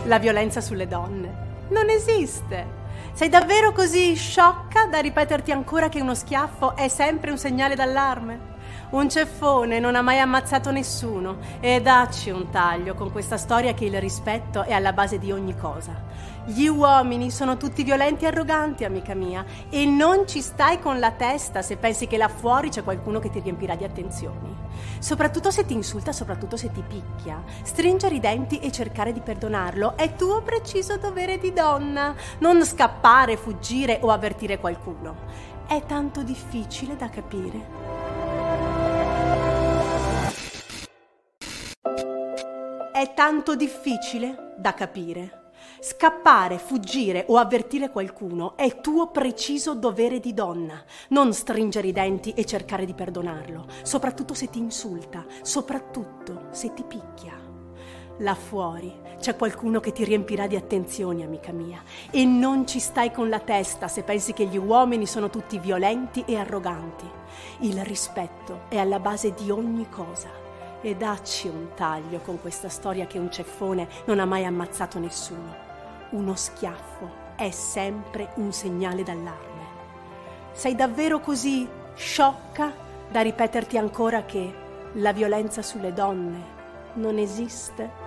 la violenza sulle donne non esiste. Sei davvero così sciocca da ripeterti ancora che uno schiaffo è sempre un segnale d'allarme? Un ceffone non ha mai ammazzato nessuno e dacci un taglio con questa storia che il rispetto è alla base di ogni cosa. Gli uomini sono tutti violenti e arroganti, amica mia, e non ci stai con la testa se pensi che là fuori c'è qualcuno che ti riempirà di attenzioni. Soprattutto se ti insulta, soprattutto se ti picchia. Stringere i denti e cercare di perdonarlo è tuo preciso dovere di donna. Non scappare, fuggire o avvertire qualcuno. È tanto difficile da capire. È tanto difficile da capire. Scappare, fuggire o avvertire qualcuno è tuo preciso dovere di donna. Non stringere i denti e cercare di perdonarlo, soprattutto se ti insulta, soprattutto se ti picchia. Là fuori c'è qualcuno che ti riempirà di attenzioni, amica mia, e non ci stai con la testa se pensi che gli uomini sono tutti violenti e arroganti. Il rispetto è alla base di ogni cosa. E dacci un taglio con questa storia che un ceffone non ha mai ammazzato nessuno. Uno schiaffo è sempre un segnale d'allarme. Sei davvero così sciocca da ripeterti ancora che la violenza sulle donne non esiste?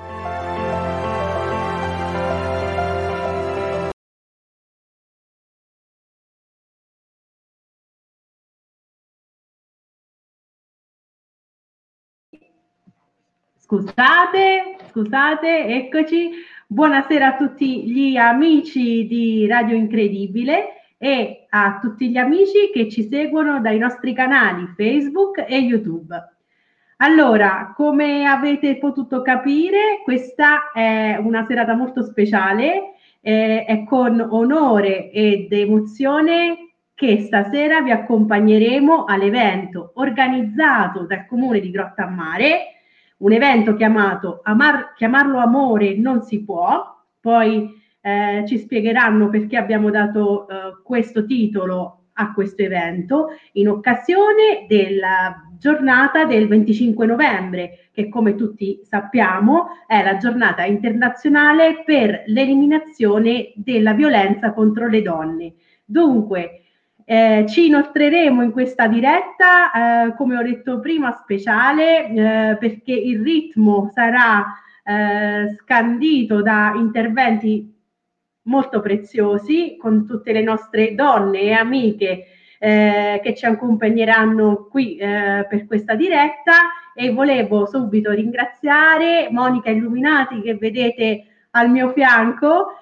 Scusate, eccoci. Buonasera a tutti gli amici di Radio Incredibile e a tutti gli amici che ci seguono dai nostri canali Facebook e YouTube. Allora, come avete potuto capire, questa è una serata molto speciale, è con onore ed emozione che stasera vi accompagneremo all'evento organizzato dal Comune di Grottammare, un evento chiamato Chiamarlo Amore non si può, poi ci spiegheranno perché abbiamo dato questo titolo a questo evento in occasione della giornata del 25 novembre, che come tutti sappiamo è la giornata internazionale per l'eliminazione della violenza contro le donne. Dunque, ci inoltreremo in questa diretta, come ho detto prima, speciale, perché il ritmo sarà scandito da interventi molto preziosi con tutte le nostre donne e amiche che ci accompagneranno qui per questa diretta, e volevo subito ringraziare Monica Illuminati che vedete al mio fianco,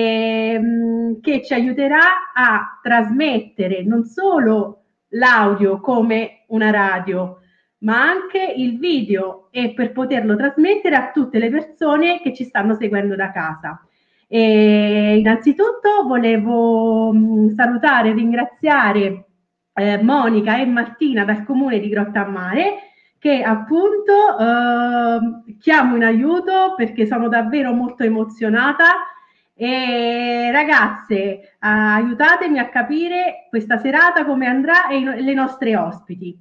che ci aiuterà a trasmettere non solo l'audio come una radio, ma anche il video, e per poterlo trasmettere a tutte le persone che ci stanno seguendo da casa. E innanzitutto volevo salutare e ringraziare Monica e Martina dal Comune di Grottammare, che appunto chiamo in aiuto perché sono davvero molto emozionata. E ragazze, aiutatemi a capire questa serata come andrà e le nostre ospiti.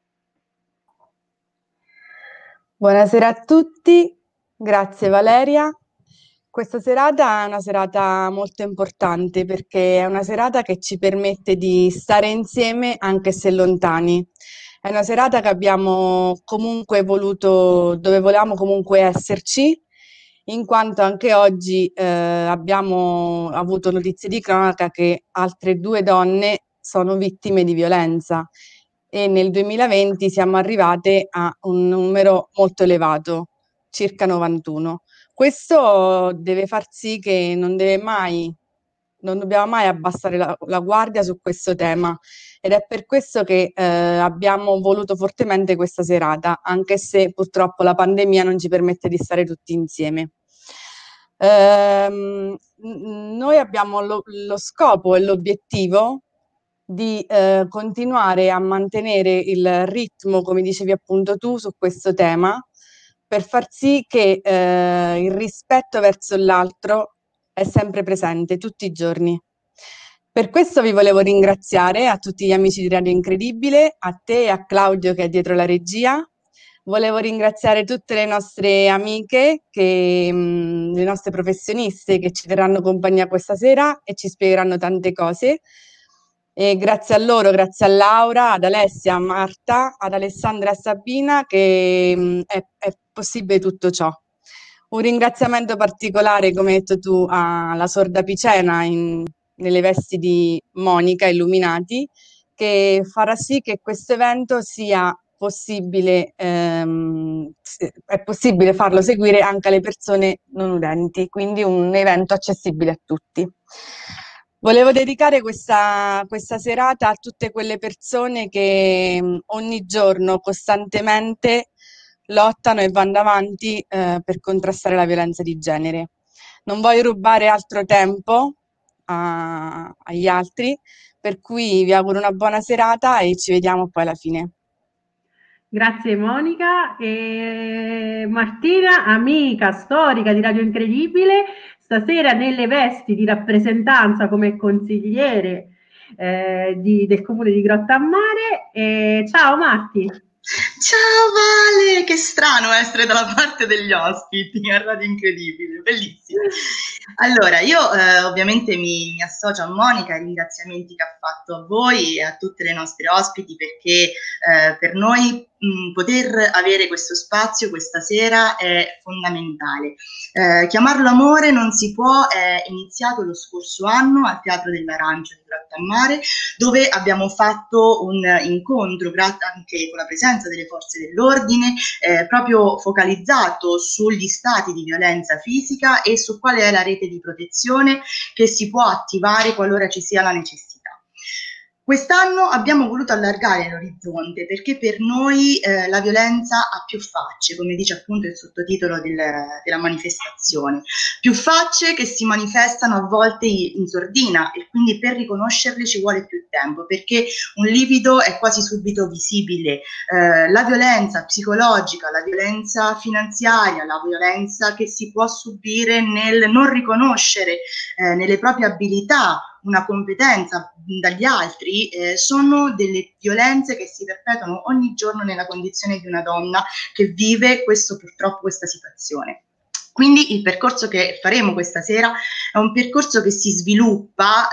Buonasera a tutti, grazie Valeria. Questa serata è una serata molto importante perché è una serata che ci permette di stare insieme anche se lontani. È una serata che abbiamo comunque voluto, dove volevamo comunque esserci, in quanto anche oggi abbiamo avuto notizie di cronaca che altre 2 donne sono vittime di violenza e nel 2020 siamo arrivate a un numero molto elevato, circa 91. Questo deve far sì che non dobbiamo mai abbassare la guardia su questo tema, ed è per questo che abbiamo voluto fortemente questa serata, anche se purtroppo la pandemia non ci permette di stare tutti insieme. Noi abbiamo lo scopo e l'obiettivo di continuare a mantenere il ritmo, come dicevi appunto tu, su questo tema, per far sì che il rispetto verso l'altro è sempre presente, tutti i giorni. Per questo vi volevo ringraziare a tutti gli amici di Radio Incredibile, a te e a Claudio che è dietro la regia, Volevo ringraziare tutte le nostre amiche, le nostre professioniste che ci terranno compagnia questa sera e ci spiegheranno tante cose. E grazie a loro, grazie a Laura, ad Alessia, a Marta, ad Alessandra e a Sabina che è possibile tutto ciò. Un ringraziamento particolare, come hai detto tu, alla sorda Picena nelle vesti di Monica Illuminati, che farà sì che questo evento sia possibile, è possibile farlo seguire anche alle persone non udenti, quindi un evento accessibile a tutti. Volevo dedicare questa serata a tutte quelle persone che ogni giorno costantemente lottano e vanno avanti per contrastare la violenza di genere. Non voglio rubare altro tempo agli altri, per cui vi auguro una buona serata e ci vediamo poi alla fine. Grazie Monica e Martina, amica storica di Radio Incredibile, stasera nelle vesti di rappresentanza come consigliere del comune di Grottammare. Ciao Marti. Ciao Vale, che strano essere dalla parte degli ospiti a Radio Incredibile, bellissimo. Allora, io ovviamente mi associo a Monica ai ringraziamenti che ha fatto a voi e a tutte le nostre ospiti perché per noi poter avere questo spazio questa sera è fondamentale. Chiamarlo amore non si può, è iniziato lo scorso anno al Teatro dell'Arancio di Grottammare, dove abbiamo fatto un incontro grazie anche con la presenza delle forze dell'ordine, proprio focalizzato sugli stati di violenza fisica e su quale è la rete di protezione che si può attivare qualora ci sia la necessità. Quest'anno abbiamo voluto allargare l'orizzonte perché per noi la violenza ha più facce, come dice appunto il sottotitolo della manifestazione, più facce che si manifestano a volte in sordina e quindi per riconoscerle ci vuole più tempo perché un livido è quasi subito visibile. La violenza psicologica, la violenza finanziaria, la violenza che si può subire nel non riconoscere nelle proprie abilità una competenza dagli altri, sono delle violenze che si perpetuano ogni giorno nella condizione di una donna che vive purtroppo questa situazione. Quindi il percorso che faremo questa sera è un percorso che si sviluppa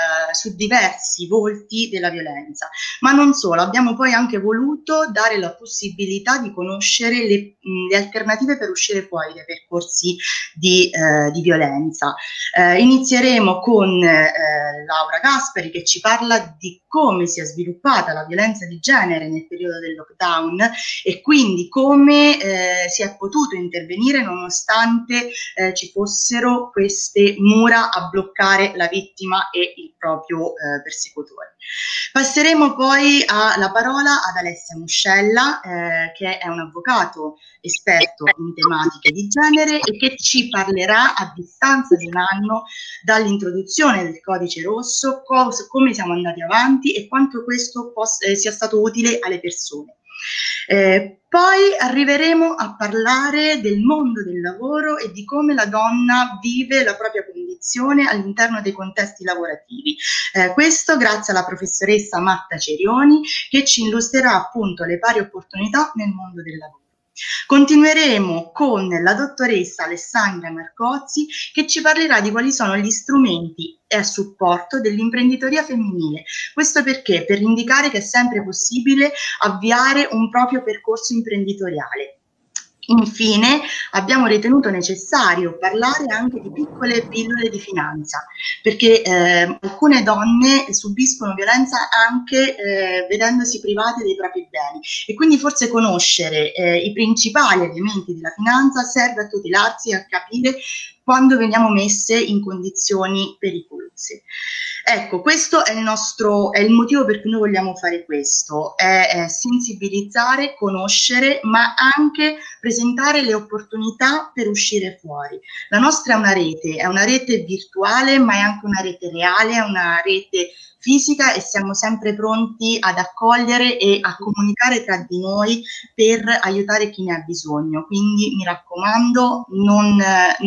su diversi volti della violenza, ma non solo, abbiamo poi anche voluto dare la possibilità di conoscere le alternative per uscire fuori dai percorsi di violenza. Inizieremo con Laura Gasperi che ci parla di come si è sviluppata la violenza di genere nel periodo del lockdown e quindi come si è potuto intervenire nonostante ci fossero queste mura a bloccare la vittima e il proprio persecutore. Passeremo poi la parola ad Alessia Muscella, che è un avvocato esperto in tematiche di genere e che ci parlerà a distanza di un anno dall'introduzione del codice rosso, come siamo andati avanti e quanto questo sia stato utile alle persone. Poi arriveremo a parlare del mondo del lavoro e di come la donna vive la propria condizione all'interno dei contesti lavorativi. Questo grazie alla professoressa Marta Cerioni che ci illustrerà appunto le pari opportunità nel mondo del lavoro. Continueremo con la dottoressa Alessandra Marcozzi che ci parlerà di quali sono gli strumenti a supporto dell'imprenditoria femminile. Questo perché? Per indicare che è sempre possibile avviare un proprio percorso imprenditoriale. Infine abbiamo ritenuto necessario parlare anche di piccole pillole di finanza, perché alcune donne subiscono violenza anche vedendosi private dei propri beni e quindi forse conoscere i principali elementi della finanza serve a tutelarsi e a capire quando veniamo messe in condizioni pericolose. Ecco, questo è il motivo per cui noi vogliamo fare questo, è sensibilizzare, conoscere, ma anche presentare le opportunità per uscire fuori. La nostra è una rete virtuale, ma è anche una rete reale, è una rete fisica e siamo sempre pronti ad accogliere e a comunicare tra di noi per aiutare chi ne ha bisogno. Quindi mi raccomando, non sentite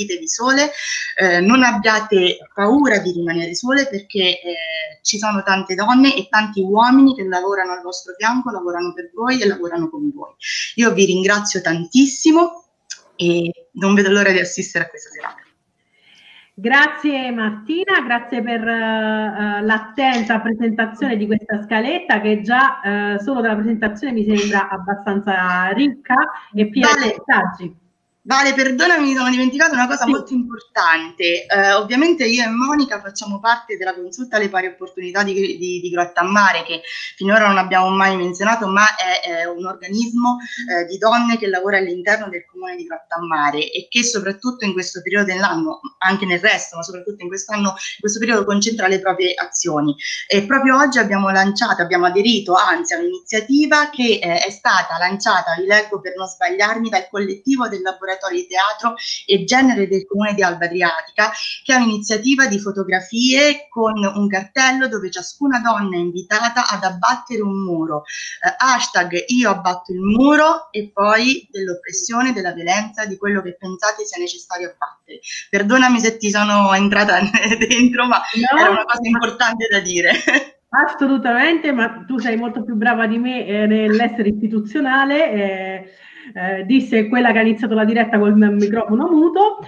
sentitevi sole, non abbiate paura di rimanere sole, perché ci sono tante donne e tanti uomini che lavorano al vostro fianco, lavorano per voi e lavorano con voi. Io vi ringrazio tantissimo e non vedo l'ora di assistere a questa serata. Grazie Martina, grazie per l'attenta presentazione di questa scaletta, che già solo dalla presentazione mi sembra abbastanza ricca e piena di messaggi. Vale, perdonami, mi sono dimenticata una cosa molto importante. Ovviamente io e Monica facciamo parte della consulta alle pari opportunità di Grottammare, che finora non abbiamo mai menzionato, ma è un organismo di donne che lavora all'interno del comune di Grottammare e che soprattutto in questo periodo dell'anno, anche nel resto, ma soprattutto in questo periodo concentra le proprie azioni. E proprio oggi abbiamo aderito anzi a un'iniziativa che è stata lanciata, vi leggo per non sbagliarmi, dal collettivo del laboratorio di teatro e genere del comune di Alba Adriatica, che è un'iniziativa di fotografie con un cartello dove ciascuna donna è invitata ad abbattere un muro, hashtag io abbatto il muro, e poi dell'oppressione, della violenza, di quello che pensate sia necessario abbattere. Perdonami se ti sono entrata dentro, ma no, era una cosa importante da dire. Assolutamente, ma tu sei molto più brava di me nell'essere istituzionale. Disse quella che ha iniziato la diretta col microfono muto.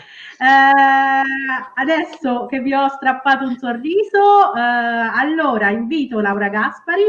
Adesso che vi ho strappato un sorriso, allora invito Laura Gaspari,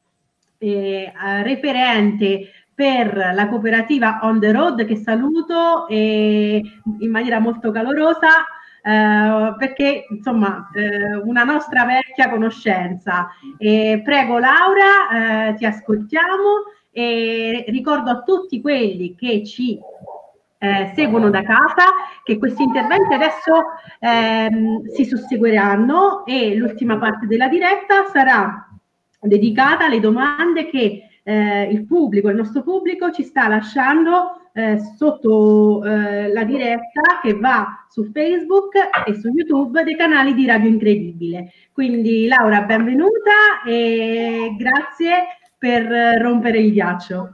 referente per la cooperativa On the Road, che saluto in maniera molto calorosa, perché insomma una nostra vecchia conoscenza. Prego Laura, ti ascoltiamo. E ricordo a tutti quelli che ci seguono da casa che questi interventi adesso si susseguiranno, e l'ultima parte della diretta sarà dedicata alle domande che il nostro pubblico ci sta lasciando sotto la diretta che va su Facebook e su YouTube dei canali di Radio Incredibile. Quindi Laura, benvenuta e grazie per rompere il ghiaccio.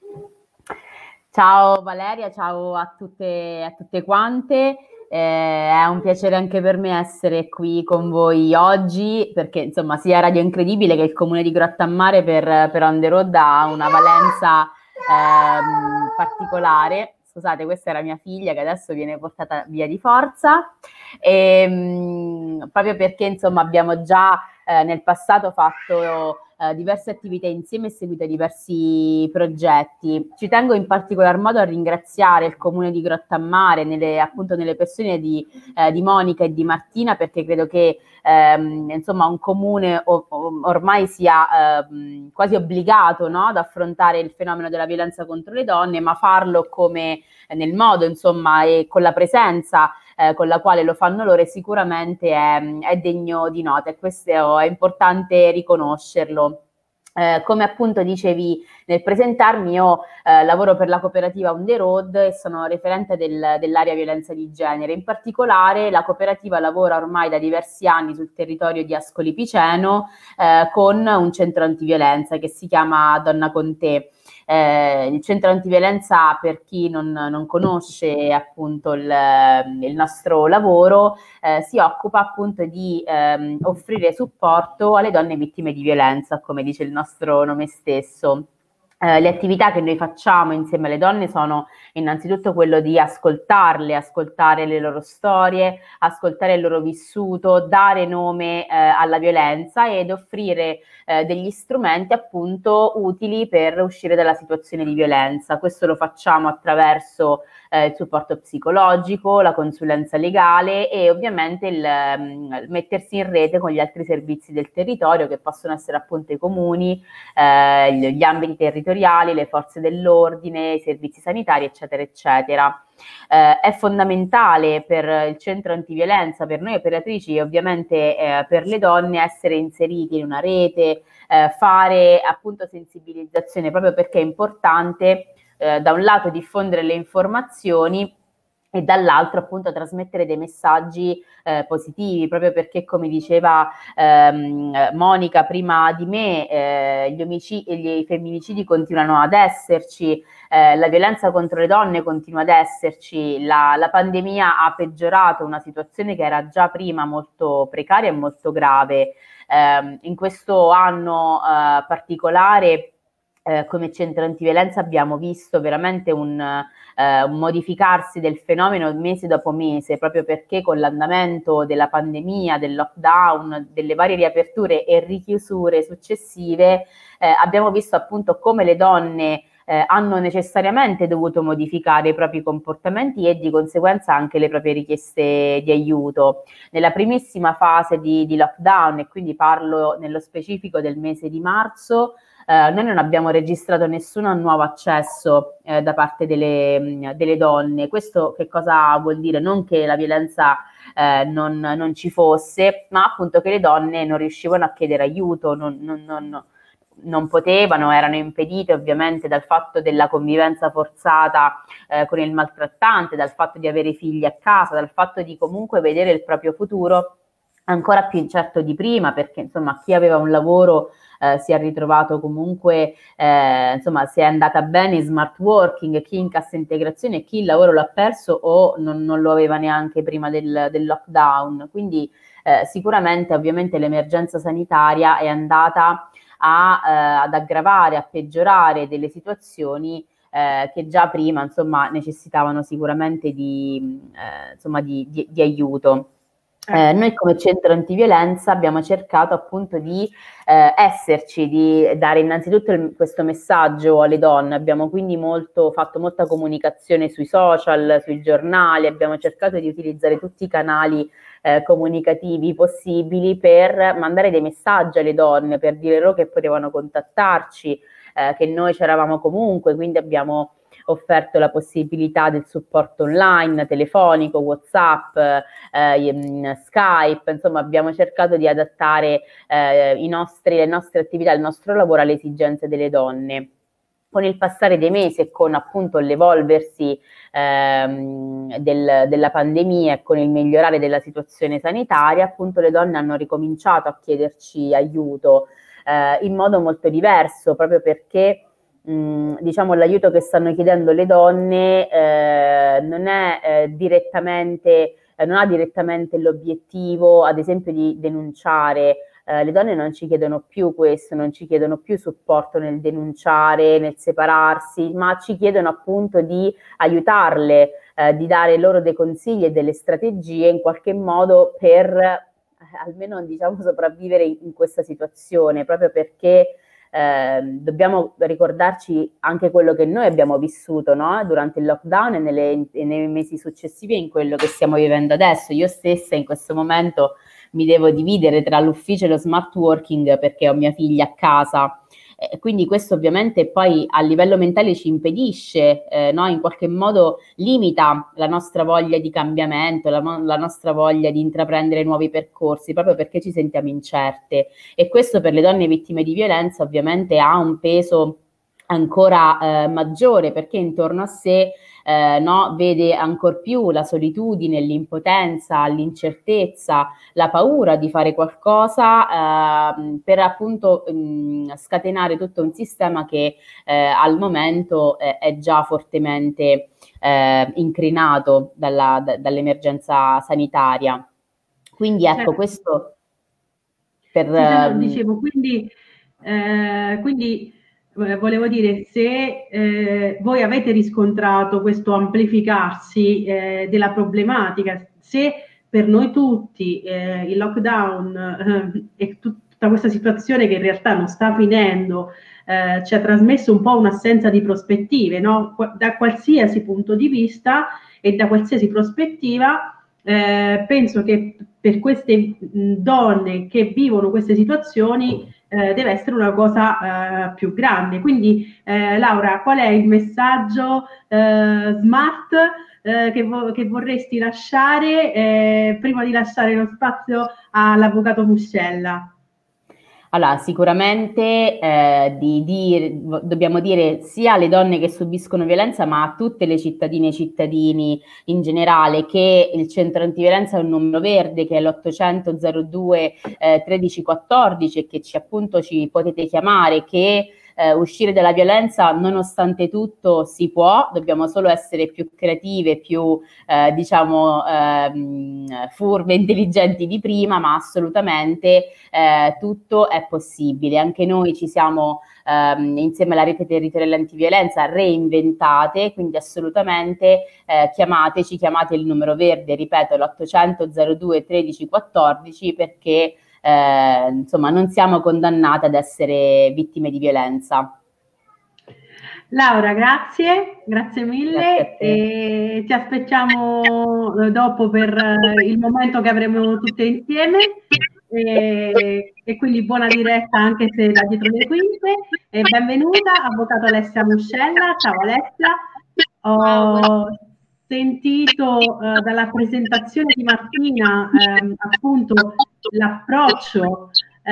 Ciao Valeria, ciao a tutte quante. È un piacere anche per me essere qui con voi oggi, perché insomma sia Radio Incredibile che il comune di Grottammare per On the Road ha una valenza particolare. Scusate, questa era mia figlia che adesso viene portata via di forza, proprio perché insomma abbiamo già nel passato fatto diverse attività insieme e seguito diversi progetti. Ci tengo in particolar modo a ringraziare il comune di Grottammare nelle persone di Monica e di Martina, perché credo che insomma un comune ormai sia quasi obbligato, no, ad affrontare il fenomeno della violenza contro le donne, ma farlo come nel modo insomma e con la presenza con la quale lo fanno loro sicuramente è degno di nota, e questo è importante riconoscerlo. Come appunto dicevi nel presentarmi, io lavoro per la cooperativa On the Road e sono referente dell'area violenza di genere. In particolare la cooperativa lavora ormai da diversi anni sul territorio di Ascoli Piceno con un centro antiviolenza che si chiama Donna con te. Il centro antiviolenza, per chi non conosce appunto il nostro lavoro, si occupa appunto di offrire supporto alle donne vittime di violenza, come dice il nostro nome stesso. Le attività che noi facciamo insieme alle donne sono innanzitutto quello di ascoltare le loro storie, ascoltare il loro vissuto, dare nome alla violenza ed offrire degli strumenti appunto utili per uscire dalla situazione di violenza. Questo lo facciamo attraverso il supporto psicologico, la consulenza legale e ovviamente il mettersi in rete con gli altri servizi del territorio, che possono essere appunto i comuni, gli ambiti territoriali, le forze dell'ordine, i servizi sanitari, eccetera, eccetera. È fondamentale per il centro antiviolenza, per noi operatrici e ovviamente per le donne, essere inseriti in una rete, fare appunto sensibilizzazione, proprio perché è importante da un lato diffondere le informazioni e dall'altro appunto trasmettere dei messaggi positivi, proprio perché, come diceva Monica prima di me, i femminicidi continuano ad esserci, la violenza contro le donne continua ad esserci, la pandemia ha peggiorato una situazione che era già prima molto precaria e molto grave. In questo anno particolare, come centro antiviolenza abbiamo visto veramente un modificarsi del fenomeno mese dopo mese, proprio perché con l'andamento della pandemia, del lockdown, delle varie riaperture e richiusure successive, abbiamo visto appunto come le donne hanno necessariamente dovuto modificare i propri comportamenti e di conseguenza anche le proprie richieste di aiuto. Nella primissima fase di lockdown, e quindi parlo nello specifico del mese di marzo, noi non abbiamo registrato nessun nuovo accesso da parte delle donne. Questo che cosa vuol dire? Non che la violenza non ci fosse, ma appunto che le donne non riuscivano a chiedere aiuto, non potevano, erano impedite ovviamente dal fatto della convivenza forzata con il maltrattante, dal fatto di avere figli a casa, dal fatto di comunque vedere il proprio futuro ancora più incerto di prima, perché insomma chi aveva un lavoro si è ritrovato comunque, insomma si è andata bene in smart working, chi in cassa integrazione, chi il lavoro l'ha perso o non lo aveva neanche prima del lockdown. Quindi sicuramente ovviamente l'emergenza sanitaria è andata ad aggravare, a peggiorare delle situazioni che già prima insomma necessitavano sicuramente di aiuto. Noi come centro antiviolenza abbiamo cercato appunto di esserci, di dare innanzitutto questo messaggio alle donne, abbiamo quindi fatto molta comunicazione sui social, sui giornali, abbiamo cercato di utilizzare tutti i canali comunicativi possibili per mandare dei messaggi alle donne, per dire loro che potevano contattarci, che noi c'eravamo comunque, quindi abbiamo offerto la possibilità del supporto online, telefonico, WhatsApp, Skype, insomma abbiamo cercato di adattare le nostre attività, il nostro lavoro alle esigenze delle donne. Con il passare dei mesi e con appunto l'evolversi della pandemia e con il migliorare della situazione sanitaria, appunto le donne hanno ricominciato a chiederci aiuto in modo molto diverso, proprio perché diciamo l'aiuto che stanno chiedendo le donne non ha direttamente l'obiettivo, ad esempio, di denunciare. Le donne non ci chiedono più questo, non ci chiedono più supporto nel denunciare, nel separarsi, ma ci chiedono appunto di aiutarle, di dare loro dei consigli e delle strategie in qualche modo per almeno diciamo sopravvivere in questa situazione, proprio perché dobbiamo ricordarci anche quello che noi abbiamo vissuto, no? Durante il lockdown e nei mesi successivi e in quello che stiamo vivendo adesso. Io stessa in questo momento mi devo dividere tra l'ufficio e lo smart working perché ho mia figlia a casa. Quindi questo ovviamente poi a livello mentale ci impedisce, no? In qualche modo limita la nostra voglia di cambiamento, la nostra voglia di intraprendere nuovi percorsi, proprio perché ci sentiamo incerte. E questo per le donne vittime di violenza ovviamente ha un peso ancora maggiore, perché intorno a sé no, vede ancor più la solitudine, l'impotenza, l'incertezza, la paura di fare qualcosa per appunto scatenare tutto un sistema che al momento è già fortemente incrinato dall'emergenza sanitaria. Quindi ecco, certo. Questo per... Sì, dicevo, quindi volevo dire, se voi avete riscontrato questo amplificarsi della problematica, se per noi tutti il lockdown e tutta questa situazione che in realtà non sta finendo ci ha trasmesso un po' un'assenza di prospettive, no? Da qualsiasi punto di vista e da qualsiasi prospettiva. Penso che per queste donne che vivono queste situazioni deve essere una cosa più grande. Quindi Laura, qual è il messaggio smart che vorresti lasciare prima di lasciare lo spazio all'avvocato Muscella? Allora, sicuramente dobbiamo dire sia alle donne che subiscono violenza, ma a tutte le cittadine e cittadini in generale, che il centro antiviolenza è un numero verde, che è l'800 02 13 14, e che appunto ci potete chiamare, che uscire dalla violenza nonostante tutto si può, dobbiamo solo essere più creative, più furbe, intelligenti di prima, ma assolutamente tutto è possibile. Anche noi ci siamo insieme alla rete territoriale antiviolenza reinventate, quindi assolutamente chiamateci, chiamate il numero verde, ripeto, l'800 02 13 14, perché insomma non siamo condannate ad essere vittime di violenza. Laura, grazie mille, Grazie e ti aspettiamo dopo per il momento che avremo tutte insieme, e quindi buona diretta anche se da dietro le quinte, e benvenuta avvocato Alessia Muscella. Ciao Alessia, ho sentito dalla presentazione di Martina appunto l'approccio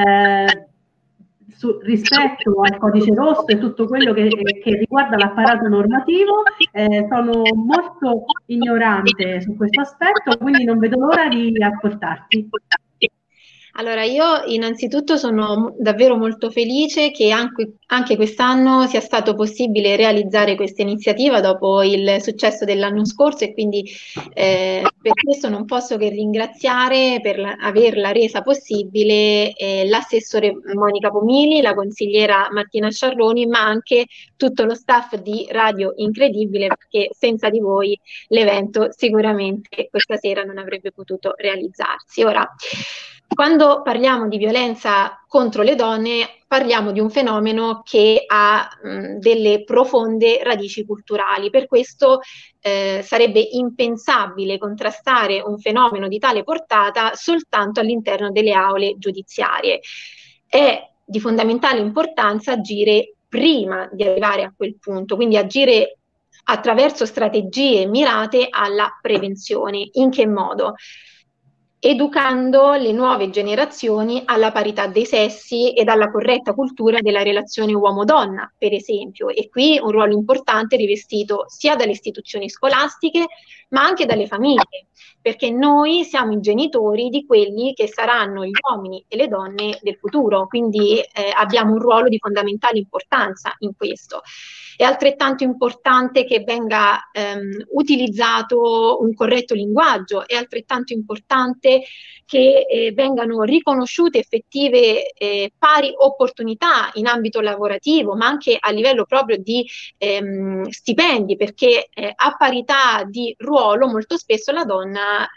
rispetto al codice rosso e tutto quello che riguarda l'apparato normativo. Sono molto ignorante su questo aspetto, quindi non vedo l'ora di ascoltarti. Allora, io innanzitutto sono davvero molto felice che anche quest'anno sia stato possibile realizzare questa iniziativa dopo il successo dell'anno scorso, e quindi per questo non posso che ringraziare per averla resa possibile l'assessore Monica Pomili, la consigliera Martina Sciarroni, ma anche tutto lo staff di Radio Incredibile, perché senza di voi l'evento sicuramente questa sera non avrebbe potuto realizzarsi. Ora, quando parliamo di violenza contro le donne, parliamo di un fenomeno che ha delle profonde radici culturali. Per questo sarebbe impensabile contrastare un fenomeno di tale portata soltanto all'interno delle aule giudiziarie. È di fondamentale importanza agire prima di arrivare a quel punto, quindi agire attraverso strategie mirate alla prevenzione. In che modo? Educando le nuove generazioni alla parità dei sessi ed alla corretta cultura della relazione uomo-donna, per esempio. E qui un ruolo importante rivestito sia dalle istituzioni scolastiche, ma anche dalle famiglie, perché noi siamo i genitori di quelli che saranno gli uomini e le donne del futuro, quindi abbiamo un ruolo di fondamentale importanza in questo. È altrettanto importante che venga utilizzato un corretto linguaggio, è altrettanto importante che vengano riconosciute effettive pari opportunità in ambito lavorativo, ma anche a livello proprio di stipendi, perché a parità di ruolo molto spesso la donna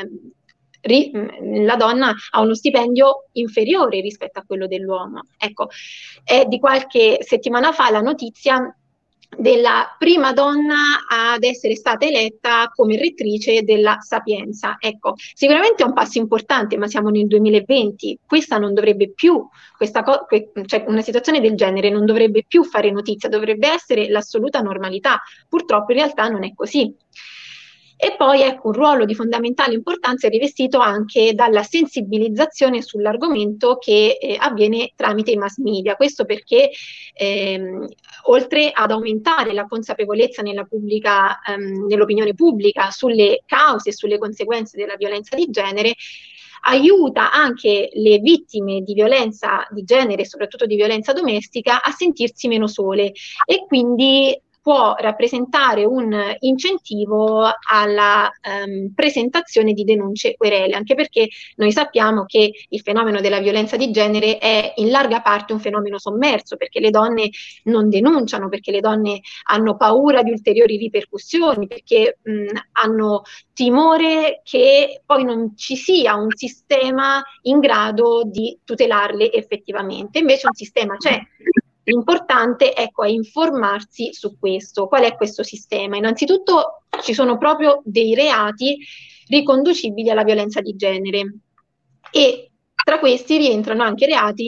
ha uno stipendio inferiore rispetto a quello dell'uomo. Ecco, è di qualche settimana fa la notizia della prima donna ad essere stata eletta come rettrice della Sapienza. Ecco, sicuramente è un passo importante, ma siamo nel 2020, questa non dovrebbe più, cioè una situazione del genere non dovrebbe più fare notizia, dovrebbe essere l'assoluta normalità. Purtroppo in realtà non è così. E poi ecco, un ruolo di fondamentale importanza è rivestito anche dalla sensibilizzazione sull'argomento che avviene tramite i mass media. Questo perché oltre ad aumentare la consapevolezza nell'opinione pubblica sulle cause e sulle conseguenze della violenza di genere, aiuta anche le vittime di violenza di genere e soprattutto di violenza domestica a sentirsi meno sole, e quindi può rappresentare un incentivo alla presentazione di denunce e querele, anche perché noi sappiamo che il fenomeno della violenza di genere è in larga parte un fenomeno sommerso, perché le donne non denunciano, perché le donne hanno paura di ulteriori ripercussioni, perché hanno timore che poi non ci sia un sistema in grado di tutelarle effettivamente. Invece un sistema c'è. L'importante, ecco, è informarsi su questo. Qual è questo sistema? Innanzitutto ci sono proprio dei reati riconducibili alla violenza di genere, e tra questi rientrano anche reati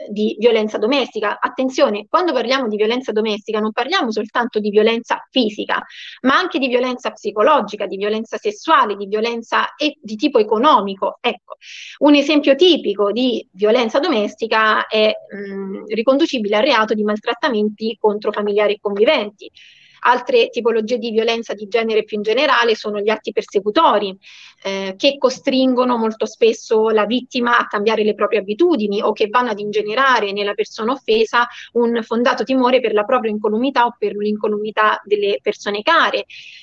di violenza domestica. Attenzione, quando parliamo di violenza domestica non parliamo soltanto di violenza fisica, ma anche di violenza psicologica, di violenza sessuale, di violenza di tipo economico. Ecco, un esempio tipico di violenza domestica è riconducibile al reato di maltrattamenti contro familiari e conviventi. Altre tipologie di violenza di genere più in generale sono gli atti persecutori, che costringono molto spesso la vittima a cambiare le proprie abitudini o che vanno ad ingenerare nella persona offesa un fondato timore per la propria incolumità o per l'incolumità delle persone care,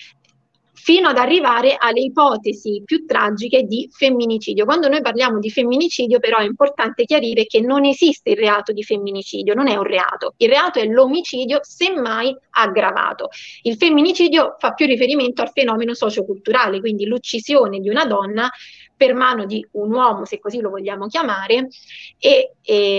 fino ad arrivare alle ipotesi più tragiche di femminicidio. Quando noi parliamo di femminicidio, però, è importante chiarire che non esiste il reato di femminicidio, non è un reato. Il reato è l'omicidio, semmai aggravato. Il femminicidio fa più riferimento al fenomeno socioculturale, quindi l'uccisione di una donna per mano di un uomo, se così lo vogliamo chiamare, e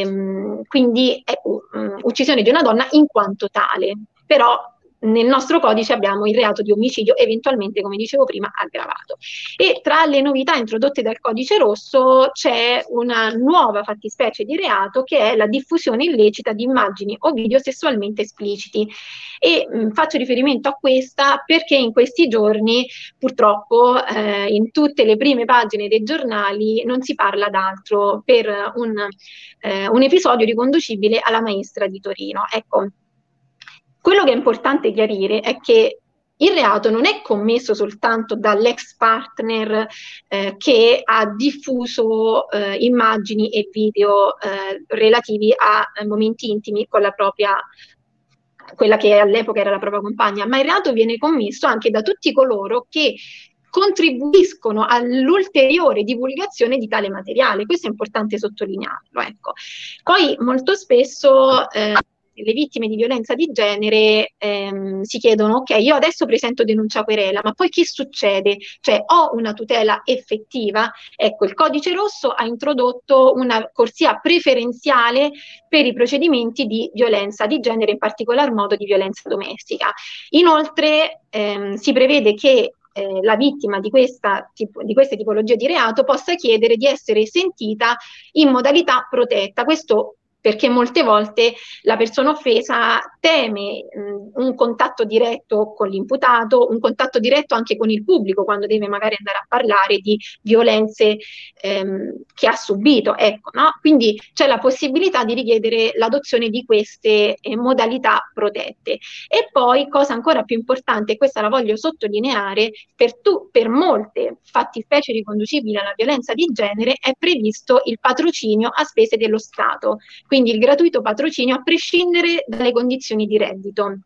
quindi è uccisione di una donna in quanto tale. Però nel nostro codice abbiamo il reato di omicidio, eventualmente, come dicevo prima, aggravato. E tra le novità introdotte dal codice rosso c'è una nuova fattispecie di reato, che è la diffusione illecita di immagini o video sessualmente espliciti. E faccio riferimento a questa perché in questi giorni, purtroppo, in tutte le prime pagine dei giornali non si parla d'altro per un episodio riconducibile alla maestra di Torino. Ecco, quello che è importante chiarire è che il reato non è commesso soltanto dall'ex partner che ha diffuso immagini e video relativi a momenti intimi con la propria, quella che all'epoca era la propria compagna, ma il reato viene commesso anche da tutti coloro che contribuiscono all'ulteriore divulgazione di tale materiale. Questo è importante sottolinearlo. Ecco. Poi molto spesso le vittime di violenza di genere si chiedono: ok, io adesso presento denuncia querela, ma poi che succede? Cioè, ho una tutela effettiva? Ecco, il codice rosso ha introdotto una corsia preferenziale per i procedimenti di violenza di genere, in particolar modo di violenza domestica. Inoltre si prevede che la vittima di queste tipologie di reato possa chiedere di essere sentita in modalità protetta. Questo perché molte volte la persona offesa teme un contatto diretto con l'imputato, un contatto diretto anche con il pubblico, quando deve magari andare a parlare di violenze che ha subito. Ecco, no? Quindi c'è la possibilità di richiedere l'adozione di queste modalità protette. E poi, cosa ancora più importante, e questa la voglio sottolineare, per molte fattispecie riconducibili alla violenza di genere è previsto il patrocinio a spese dello Stato. Quindi il gratuito patrocinio a prescindere dalle condizioni di reddito.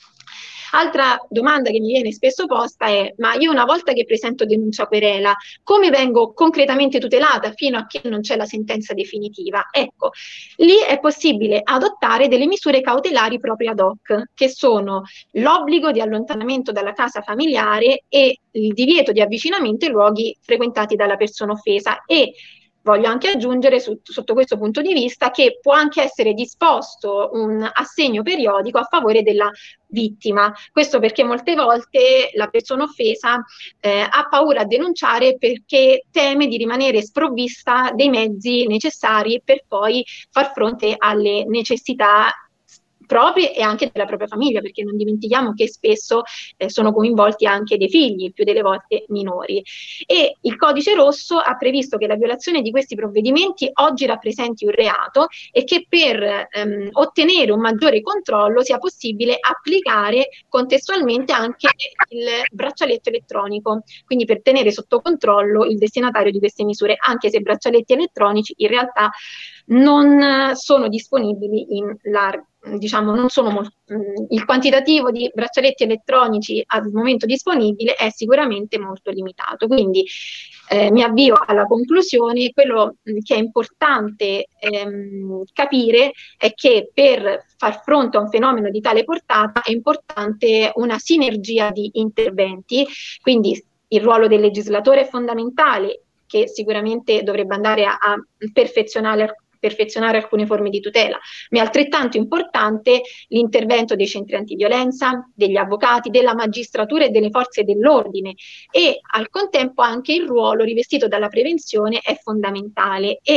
Altra domanda che mi viene spesso posta è: ma io una volta che presento denuncia querela, come vengo concretamente tutelata fino a che non c'è la sentenza definitiva? Ecco, lì è possibile adottare delle misure cautelari proprio ad hoc, che sono l'obbligo di allontanamento dalla casa familiare e il divieto di avvicinamento ai luoghi frequentati dalla persona offesa. E voglio anche aggiungere sotto questo punto di vista che può anche essere disposto un assegno periodico a favore della vittima. Questo perché molte volte la persona offesa ha paura a denunciare perché teme di rimanere sprovvista dei mezzi necessari per poi far fronte alle necessità proprie e anche della propria famiglia, perché non dimentichiamo che spesso sono coinvolti anche dei figli, più delle volte minori. E il codice rosso ha previsto che la violazione di questi provvedimenti oggi rappresenti un reato e che per ottenere un maggiore controllo sia possibile applicare contestualmente anche il braccialetto elettronico, quindi per tenere sotto controllo il destinatario di queste misure, anche se braccialetti elettronici in realtà non sono disponibili in largo. Diciamo, non sono il quantitativo di braccialetti elettronici al momento disponibile è sicuramente molto limitato. Quindi mi avvio alla conclusione. Quello che è importante capire è che per far fronte a un fenomeno di tale portata è importante una sinergia di interventi, quindi il ruolo del legislatore è fondamentale, che sicuramente dovrebbe andare a perfezionare alcune forme di tutela, ma è altrettanto importante l'intervento dei centri antiviolenza, degli avvocati, della magistratura e delle forze dell'ordine, e al contempo anche il ruolo rivestito dalla prevenzione è fondamentale. E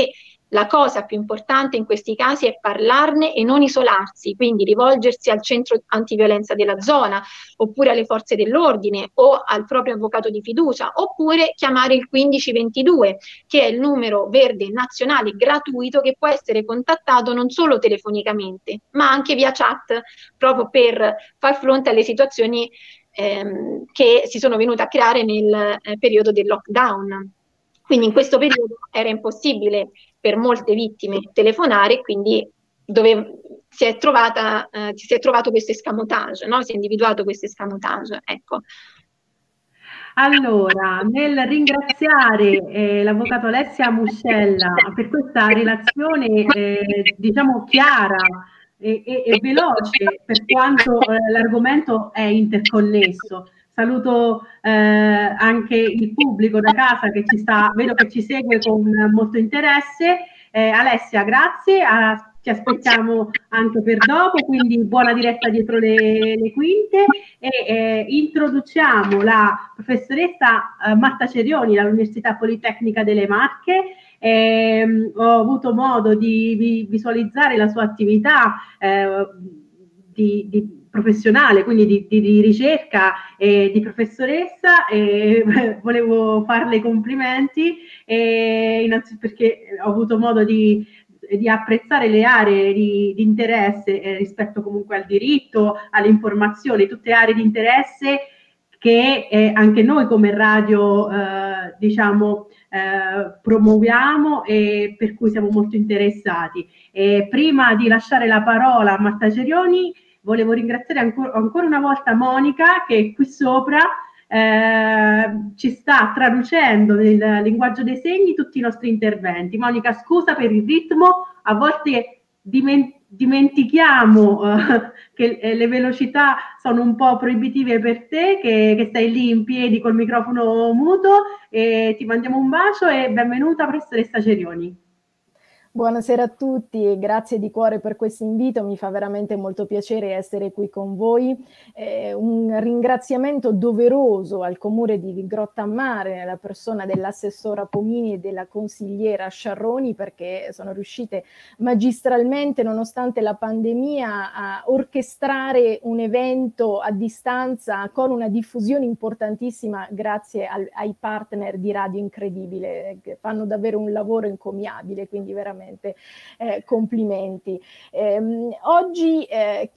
La cosa più importante in questi casi è parlarne e non isolarsi, quindi rivolgersi al centro antiviolenza della zona, oppure alle forze dell'ordine o al proprio avvocato di fiducia, oppure chiamare il 1522, che è il numero verde nazionale gratuito che può essere contattato non solo telefonicamente, ma anche via chat, proprio per far fronte alle situazioni che si sono venute a creare nel periodo del lockdown. Quindi in questo periodo era impossibile per molte vittime telefonare, quindi si è trovato questo escamotage, no? Si è individuato questo escamotage, ecco. Allora, nel ringraziare l'avvocato Alessia Muscella per questa relazione, diciamo, chiara e veloce, per quanto l'argomento è interconnesso. Saluto anche il pubblico da casa che vedo che ci segue con molto interesse. Alessia, grazie. Ci aspettiamo anche per dopo, quindi buona diretta dietro le quinte e introduciamo la professoressa Marta Cerioni dall'Università Politecnica delle Marche. Ho avuto modo di visualizzare la sua attività di professionale, quindi di ricerca e di professoressa, e volevo farle i complimenti, innanzitutto perché ho avuto modo di apprezzare le aree di interesse rispetto comunque al diritto, alle informazioni, tutte aree di interesse che anche noi come radio diciamo promuoviamo e per cui siamo molto interessati. Prima di lasciare la parola a Marta Cerioni, volevo ringraziare ancora una volta Monica, che è qui sopra, ci sta traducendo nel linguaggio dei segni tutti i nostri interventi. Monica, scusa per il ritmo, a volte dimentichiamo che le velocità sono un po' proibitive per te, che stai lì in piedi col microfono muto, e ti mandiamo un bacio e benvenuta professoressa Cerioni. Buonasera a tutti e grazie di cuore per questo invito, mi fa veramente molto piacere essere qui con voi. Un ringraziamento doveroso al Comune di Grottammare nella persona dell'assessora Pomini e della consigliera Sciarroni, perché sono riuscite magistralmente, nonostante la pandemia, a orchestrare un evento a distanza con una diffusione importantissima grazie ai partner di Radio Incredibile, che fanno davvero un lavoro encomiabile, quindi veramente complimenti. Oggi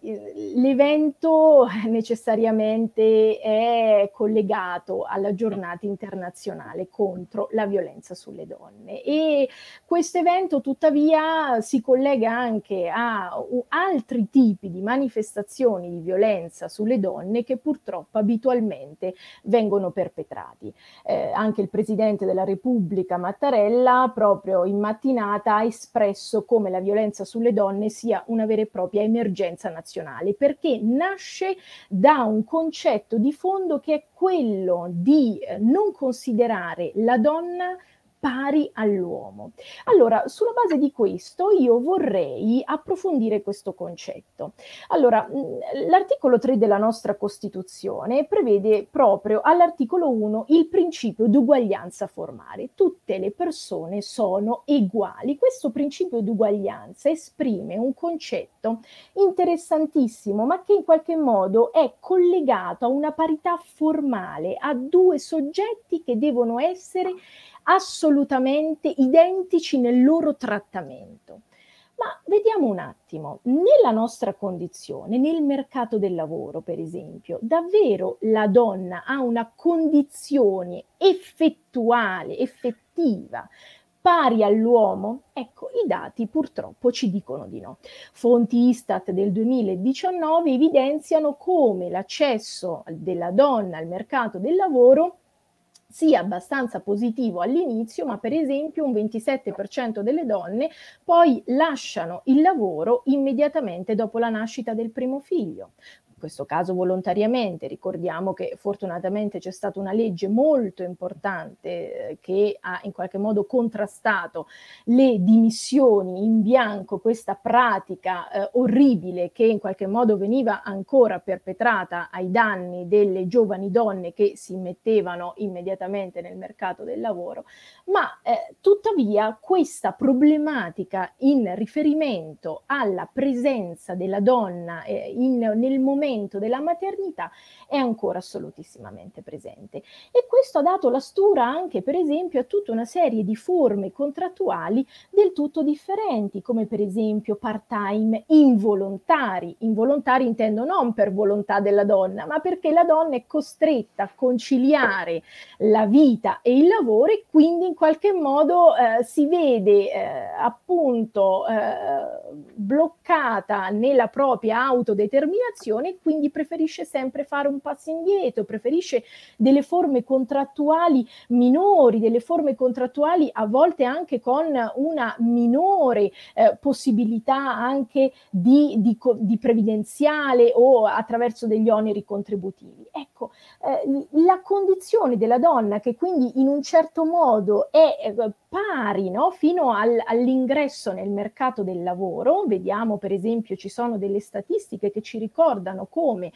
l'evento necessariamente è collegato alla giornata internazionale contro la violenza sulle donne, e questo evento tuttavia si collega anche a altri tipi di manifestazioni di violenza sulle donne che purtroppo abitualmente vengono perpetrati. Anche il Presidente della Repubblica Mattarella proprio in mattinata ha espresso come la violenza sulle donne sia una vera e propria emergenza nazionale, perché nasce da un concetto di fondo che è quello di non considerare la donna pari all'uomo. Allora, sulla base di questo io vorrei approfondire questo concetto. Allora, l'articolo 3 della nostra Costituzione prevede proprio all'articolo 1 il principio di uguaglianza formale. Tutte le persone sono uguali. Questo principio di uguaglianza esprime un concetto interessantissimo, ma che in qualche modo è collegato a una parità formale, a due soggetti che devono essere assolutamente identici nel loro trattamento. Ma vediamo un attimo, nella nostra condizione, nel mercato del lavoro per esempio, davvero la donna ha una condizione effettiva, pari all'uomo? Ecco, i dati purtroppo ci dicono di no. Fonti Istat del 2019 evidenziano come l'accesso della donna al mercato del lavoro sia abbastanza positivo all'inizio, ma per esempio un 27% delle donne poi lasciano il lavoro immediatamente dopo la nascita del primo figlio. questo caso volontariamente. Ricordiamo che fortunatamente c'è stata una legge molto importante che ha in qualche modo contrastato le dimissioni in bianco, questa pratica orribile che in qualche modo veniva ancora perpetrata ai danni delle giovani donne che si mettevano immediatamente nel mercato del lavoro, ma tuttavia questa problematica in riferimento alla presenza della donna nel momento della maternità è ancora assolutissimamente presente. E questo ha dato la stura anche, per esempio, a tutta una serie di forme contrattuali del tutto differenti, come per esempio part-time involontari. Involontari intendo non per volontà della donna, ma perché la donna è costretta a conciliare la vita e il lavoro e quindi in qualche modo si vede appunto bloccata nella propria autodeterminazione e quindi preferisce sempre fare un passo indietro, preferisce delle forme contrattuali minori, delle forme contrattuali a volte anche con una minore possibilità anche di previdenziale o attraverso degli oneri contributivi. Ecco, la condizione della donna che quindi in un certo modo è pari, no? Fino all'ingresso nel mercato del lavoro. Vediamo per esempio, ci sono delle statistiche che ci ricordano come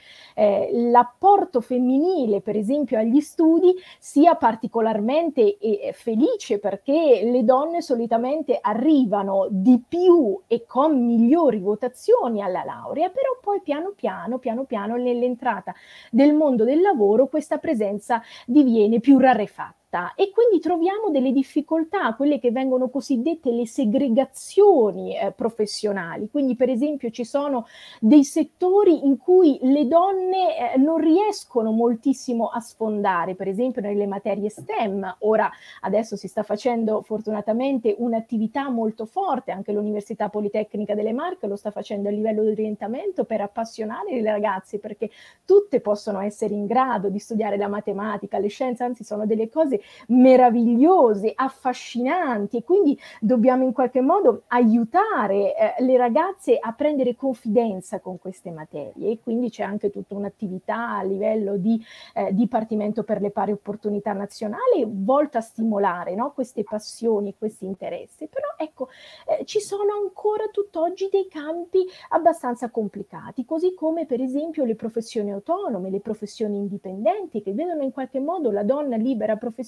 l'apporto femminile per esempio agli studi sia particolarmente felice, perché le donne solitamente arrivano di più e con migliori votazioni alla laurea, però poi piano piano nell'entrata del mondo del lavoro questa presenza diviene più rarefatta. E quindi troviamo delle difficoltà, quelle che vengono cosiddette le segregazioni professionali. Quindi per esempio ci sono dei settori in cui le donne non riescono moltissimo a sfondare, per esempio nelle materie STEM. Ora adesso si sta facendo fortunatamente un'attività molto forte, anche l'Università Politecnica delle Marche lo sta facendo a livello di orientamento per appassionare le ragazze, perché tutte possono essere in grado di studiare la matematica, le scienze, anzi sono delle cose meravigliose, affascinanti, e quindi dobbiamo in qualche modo aiutare le ragazze a prendere confidenza con queste materie, e quindi c'è anche tutta un'attività a livello di Dipartimento per le pari opportunità nazionale volta a stimolare, no, queste passioni, questi interessi. Però ecco, ci sono ancora tutt'oggi dei campi abbastanza complicati, così come per esempio le professioni autonome, le professioni indipendenti, che vedono in qualche modo la donna libera professionista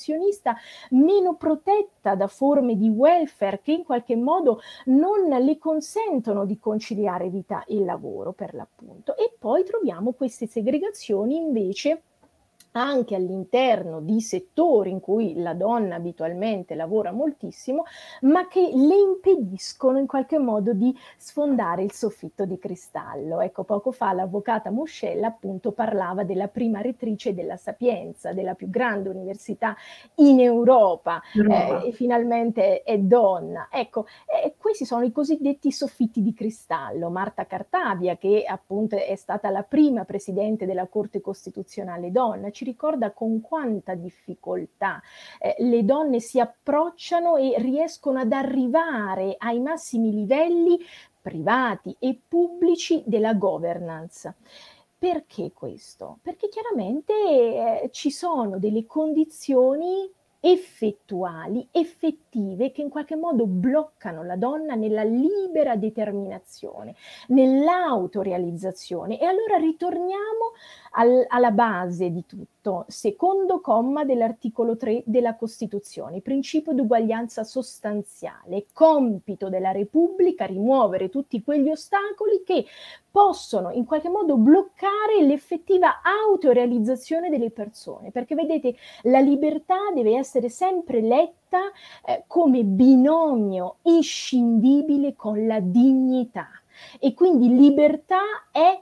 meno protetta da forme di welfare che in qualche modo non le consentono di conciliare vita e lavoro, per l'appunto. E poi troviamo queste segregazioni invece anche all'interno di settori in cui la donna abitualmente lavora moltissimo, ma che le impediscono in qualche modo di sfondare il soffitto di cristallo. Ecco, poco fa l'avvocata Moscella appunto parlava della prima rettrice della Sapienza, della più grande università in Europa, e finalmente è donna. Ecco, questi sono i cosiddetti soffitti di cristallo. Marta Cartabia, che appunto è stata la prima presidente della Corte Costituzionale donna, ci ricorda con quanta difficoltà le donne si approcciano e riescono ad arrivare ai massimi livelli privati e pubblici della governance. Perché questo? Perché chiaramente ci sono delle condizioni effettuali, effettive, che in qualche modo bloccano la donna nella libera determinazione, nell'autorealizzazione. E allora ritorniamo alla base di tutto, secondo comma dell'articolo 3 della Costituzione, principio di uguaglianza sostanziale, compito della Repubblica rimuovere tutti quegli ostacoli che possono in qualche modo bloccare l'effettiva autorealizzazione delle persone, perché vedete, la libertà deve essere sempre letta come binomio inscindibile con la dignità, e quindi libertà è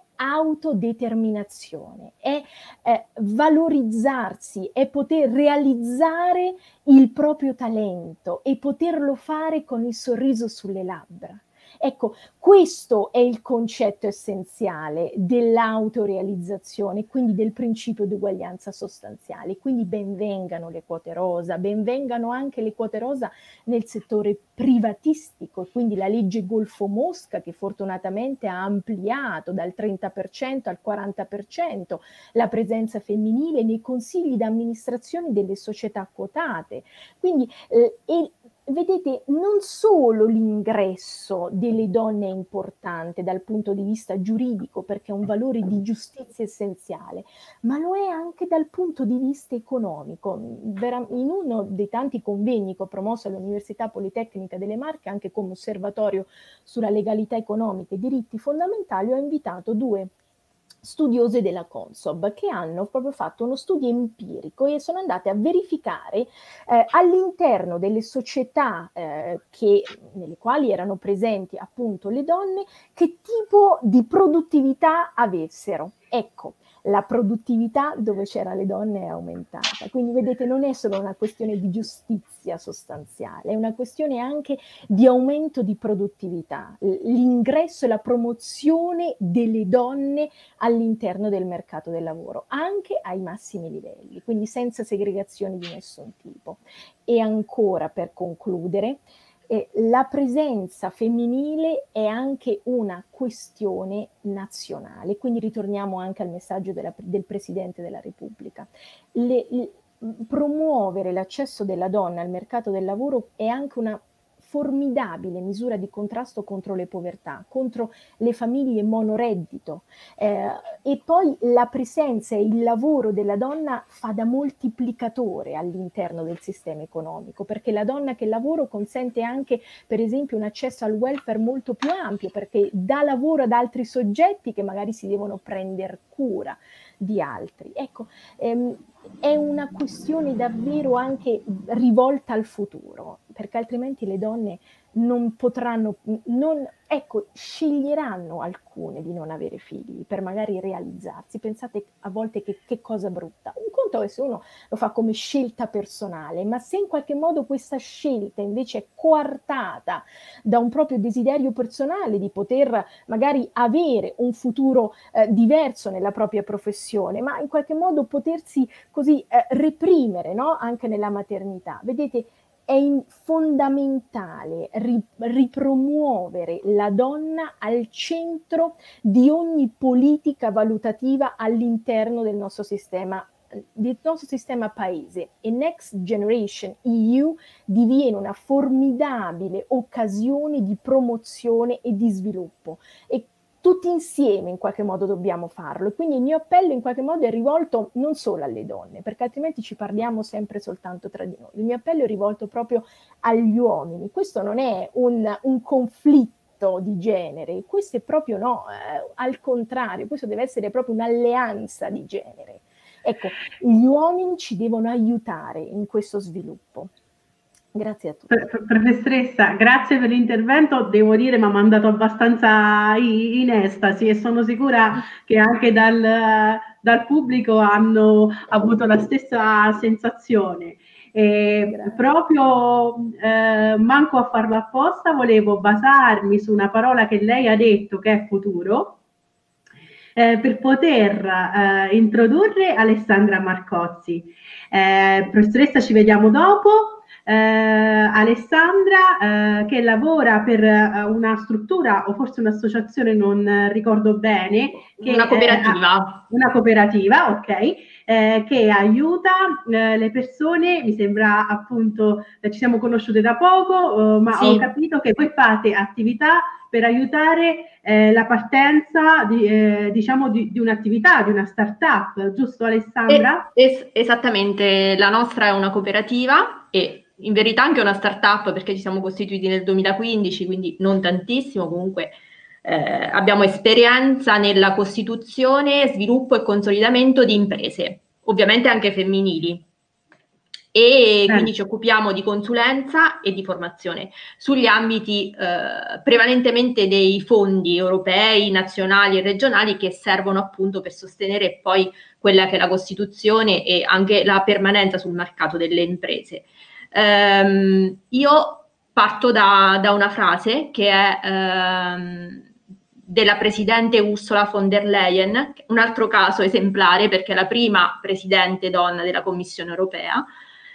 autodeterminazione, è valorizzarsi, è poter realizzare il proprio talento e poterlo fare con il sorriso sulle labbra. Ecco, questo è il concetto essenziale dell'autorealizzazione, quindi del principio di uguaglianza sostanziale. Quindi ben vengano le quote rosa, ben vengano anche le quote rosa nel settore privatistico, quindi la legge Golfo Mosca che fortunatamente ha ampliato dal 30% al 40% la presenza femminile nei consigli d'amministrazione delle società quotate. Quindi vedete, non solo l'ingresso delle donne è importante dal punto di vista giuridico, perché è un valore di giustizia essenziale, ma lo è anche dal punto di vista economico. In uno dei tanti convegni che ho promosso all'Università Politecnica delle Marche, anche come osservatorio sulla legalità economica e diritti fondamentali, ho invitato 2 studiose della Consob che hanno proprio fatto uno studio empirico e sono andate a verificare all'interno delle società nelle quali erano presenti appunto le donne che tipo di produttività avessero. Ecco, la produttività dove c'erano le donne è aumentata. Quindi vedete, non è solo una questione di giustizia sostanziale, è una questione anche di aumento di produttività, l'ingresso e la promozione delle donne all'interno del mercato del lavoro, anche ai massimi livelli, quindi senza segregazioni di nessun tipo. E ancora, per concludere, la presenza femminile è anche una questione nazionale, quindi ritorniamo anche al messaggio del Presidente della Repubblica. Promuovere l'accesso della donna al mercato del lavoro è anche una formidabile misura di contrasto contro le povertà, contro le famiglie monoreddito, e poi la presenza e il lavoro della donna fa da moltiplicatore all'interno del sistema economico, perché la donna che lavora consente anche, per esempio, un accesso al welfare molto più ampio, perché dà lavoro ad altri soggetti che magari si devono prendere cura di altri. Ecco, è una questione davvero anche rivolta al futuro, perché altrimenti le donne non potranno, sceglieranno alcune di non avere figli per magari realizzarsi. Pensate a volte che cosa brutta. Un conto è se uno lo fa come scelta personale, ma se in qualche modo questa scelta invece è coartata da un proprio desiderio personale di poter magari avere un futuro diverso nella propria professione, ma in qualche modo potersi così reprimere, no? Anche nella maternità. Vedete, è fondamentale ripromuovere la donna al centro di ogni politica valutativa all'interno del nostro sistema paese, e Next Generation EU diviene una formidabile occasione di promozione e di sviluppo, e tutti insieme in qualche modo dobbiamo farlo. E quindi il mio appello in qualche modo è rivolto non solo alle donne, perché altrimenti ci parliamo sempre soltanto tra di noi. Il mio appello è rivolto proprio agli uomini. Questo non è un conflitto di genere, questo è proprio al contrario, questo deve essere proprio un'alleanza di genere. Ecco, gli uomini ci devono aiutare in questo sviluppo. Grazie a tutti. Professoressa, grazie per l'intervento, devo dire mi ha mandato abbastanza in estasi, e sono sicura che anche dal pubblico hanno avuto la stessa sensazione. Proprio manco a farlo apposta, volevo basarmi su una parola che lei ha detto, che è futuro, per poter introdurre Alessandra Marcozzi. Professoressa, ci vediamo dopo. Alessandra, che lavora per una struttura o forse un'associazione, non ricordo bene, una cooperativa. Una cooperativa, ok, che aiuta le persone. Mi sembra appunto, ci siamo conosciute da poco, ma sì, ho capito che voi fate attività per aiutare la partenza di un'attività, di una startup, giusto Alessandra? Esattamente, la nostra è una cooperativa e in verità anche una startup, perché ci siamo costituiti nel 2015, quindi non tantissimo, comunque abbiamo esperienza nella costituzione, sviluppo e consolidamento di imprese, ovviamente anche femminili. E quindi ci occupiamo di consulenza e di formazione sugli ambiti prevalentemente dei fondi europei, nazionali e regionali, che servono appunto per sostenere poi quella che è la costituzione e anche la permanenza sul mercato delle imprese. Io parto da una frase che è della presidente Ursula von der Leyen, un altro caso esemplare perché è la prima presidente donna della Commissione europea,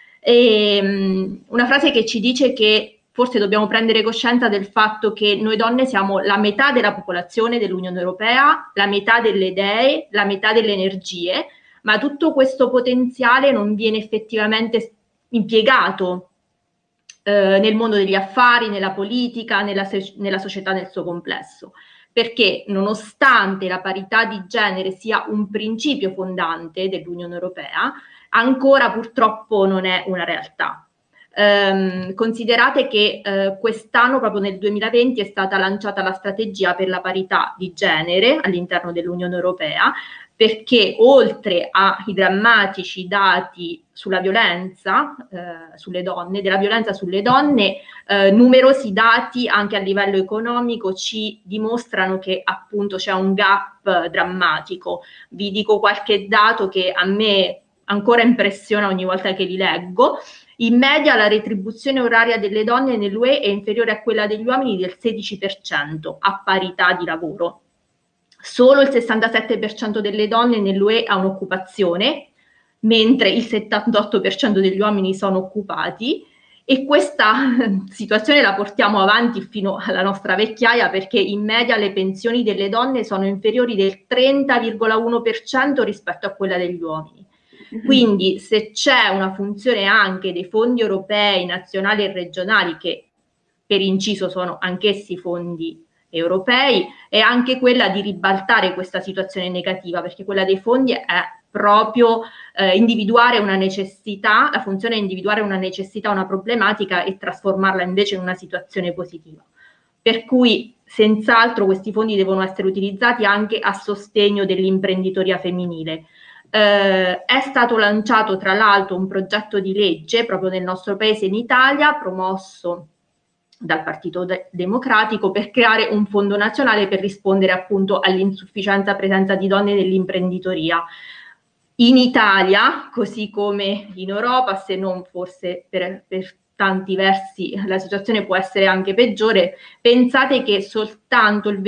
e una frase che ci dice che forse dobbiamo prendere coscienza del fatto che noi donne siamo la metà della popolazione dell'Unione Europea, la metà delle idee, la metà delle energie, ma tutto questo potenziale non viene effettivamente impiegato nel mondo degli affari, nella politica, nella società nel suo complesso, perché nonostante la parità di genere sia un principio fondante dell'Unione Europea, ancora purtroppo non è una realtà. Considerate che quest'anno, proprio nel 2020, è stata lanciata la strategia per la parità di genere all'interno dell'Unione Europea, perché oltre ai drammatici dati sulla violenza sulle donne, della violenza sulle donne, numerosi dati anche a livello economico ci dimostrano che appunto c'è un gap drammatico. Vi dico qualche dato che a me ancora impressiona ogni volta che li leggo. In media la retribuzione oraria delle donne nell'UE è inferiore a quella degli uomini del 16% a parità di lavoro. Solo il 67% delle donne nell'UE ha un'occupazione, mentre il 78% degli uomini sono occupati, e questa situazione la portiamo avanti fino alla nostra vecchiaia, perché in media le pensioni delle donne sono inferiori del 30,1% rispetto a quella degli uomini. Quindi se c'è una funzione anche dei fondi europei, nazionali e regionali, che per inciso sono anch'essi fondi europei, è anche quella di ribaltare questa situazione negativa, perché quella dei fondi è proprio individuare una necessità, la funzione è individuare una necessità, una problematica e trasformarla invece in una situazione positiva. Per cui senz'altro questi fondi devono essere utilizzati anche a sostegno dell'imprenditoria femminile. È stato lanciato tra l'altro un progetto di legge proprio nel nostro paese, in Italia, promosso dal Partito Democratico, per creare un fondo nazionale per rispondere appunto all'insufficiente presenza di donne nell'imprenditoria. In Italia, così come in Europa, se non forse per tanti versi la situazione può essere anche peggiore, pensate che soltanto il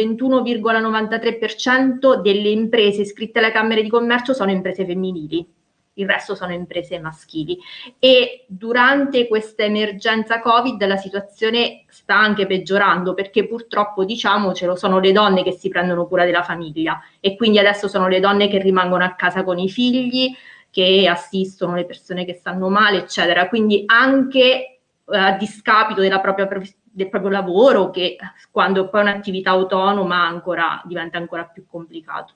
21,93% delle imprese iscritte alle Camere di Commercio sono imprese femminili, il resto sono imprese maschili, e durante questa emergenza Covid la situazione sta anche peggiorando, perché purtroppo, diciamocelo, sono le donne che si prendono cura della famiglia e quindi adesso sono le donne che rimangono a casa con i figli, che assistono le persone che stanno male, eccetera. Quindi anche a discapito del proprio lavoro, che quando poi è un'attività autonoma diventa ancora più complicato.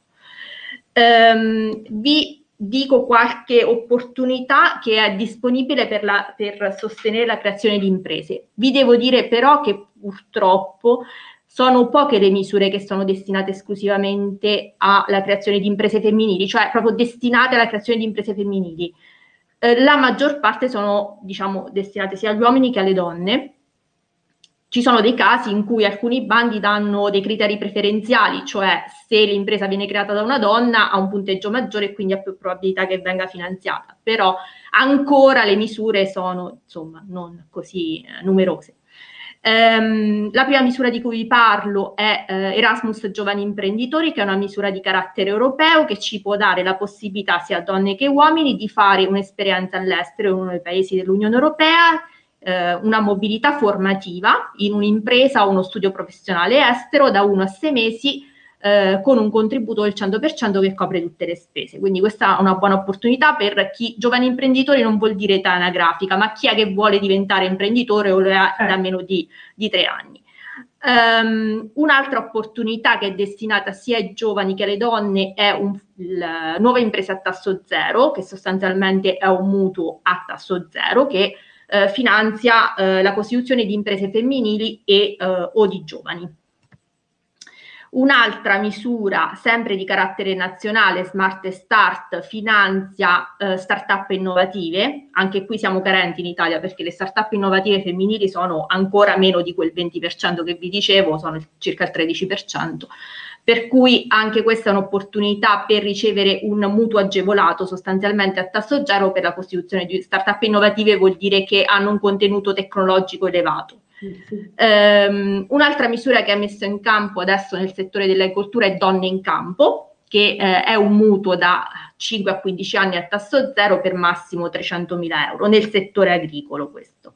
Vi dico qualche opportunità che è disponibile per sostenere la creazione di imprese. Vi devo dire però che purtroppo sono poche le misure che sono destinate esclusivamente alla creazione di imprese femminili, cioè proprio destinate alla creazione di imprese femminili. La maggior parte sono, diciamo, destinate sia agli uomini che alle donne. Ci sono dei casi in cui alcuni bandi danno dei criteri preferenziali, cioè se l'impresa viene creata da una donna ha un punteggio maggiore e quindi ha più probabilità che venga finanziata, però ancora le misure sono, insomma, non così numerose. La prima misura di cui vi parlo è Erasmus Giovani Imprenditori, che è una misura di carattere europeo che ci può dare la possibilità sia a donne che uomini di fare un'esperienza all'estero in uno dei paesi dell'Unione Europea, una mobilità formativa in un'impresa o uno studio professionale estero da 1 a 6 mesi con un contributo del 100% che copre tutte le spese. Quindi questa è una buona opportunità per chi, giovani imprenditori non vuol dire età anagrafica, ma chi è che vuole diventare imprenditore o lo è da meno di 3 anni. Un'altra opportunità che è destinata sia ai giovani che alle donne è la nuova impresa a tasso zero, che sostanzialmente è un mutuo a tasso zero che finanzia la costituzione di imprese femminili o di giovani. Un'altra misura, sempre di carattere nazionale, Smart Start, finanzia start-up innovative. Anche qui siamo carenti in Italia perché le start-up innovative femminili sono ancora meno di quel 20% che vi dicevo, sono circa il 13%. Per cui anche questa è un'opportunità per ricevere un mutuo agevolato sostanzialmente a tasso zero per la costituzione di start-up innovative. Vuol dire che hanno un contenuto tecnologico elevato. Un'altra misura che ha messo in campo adesso nel settore dell'agricoltura è Donne in Campo, che è un mutuo da 5 a 15 anni a tasso zero per massimo 300.000 euro nel settore agricolo questo.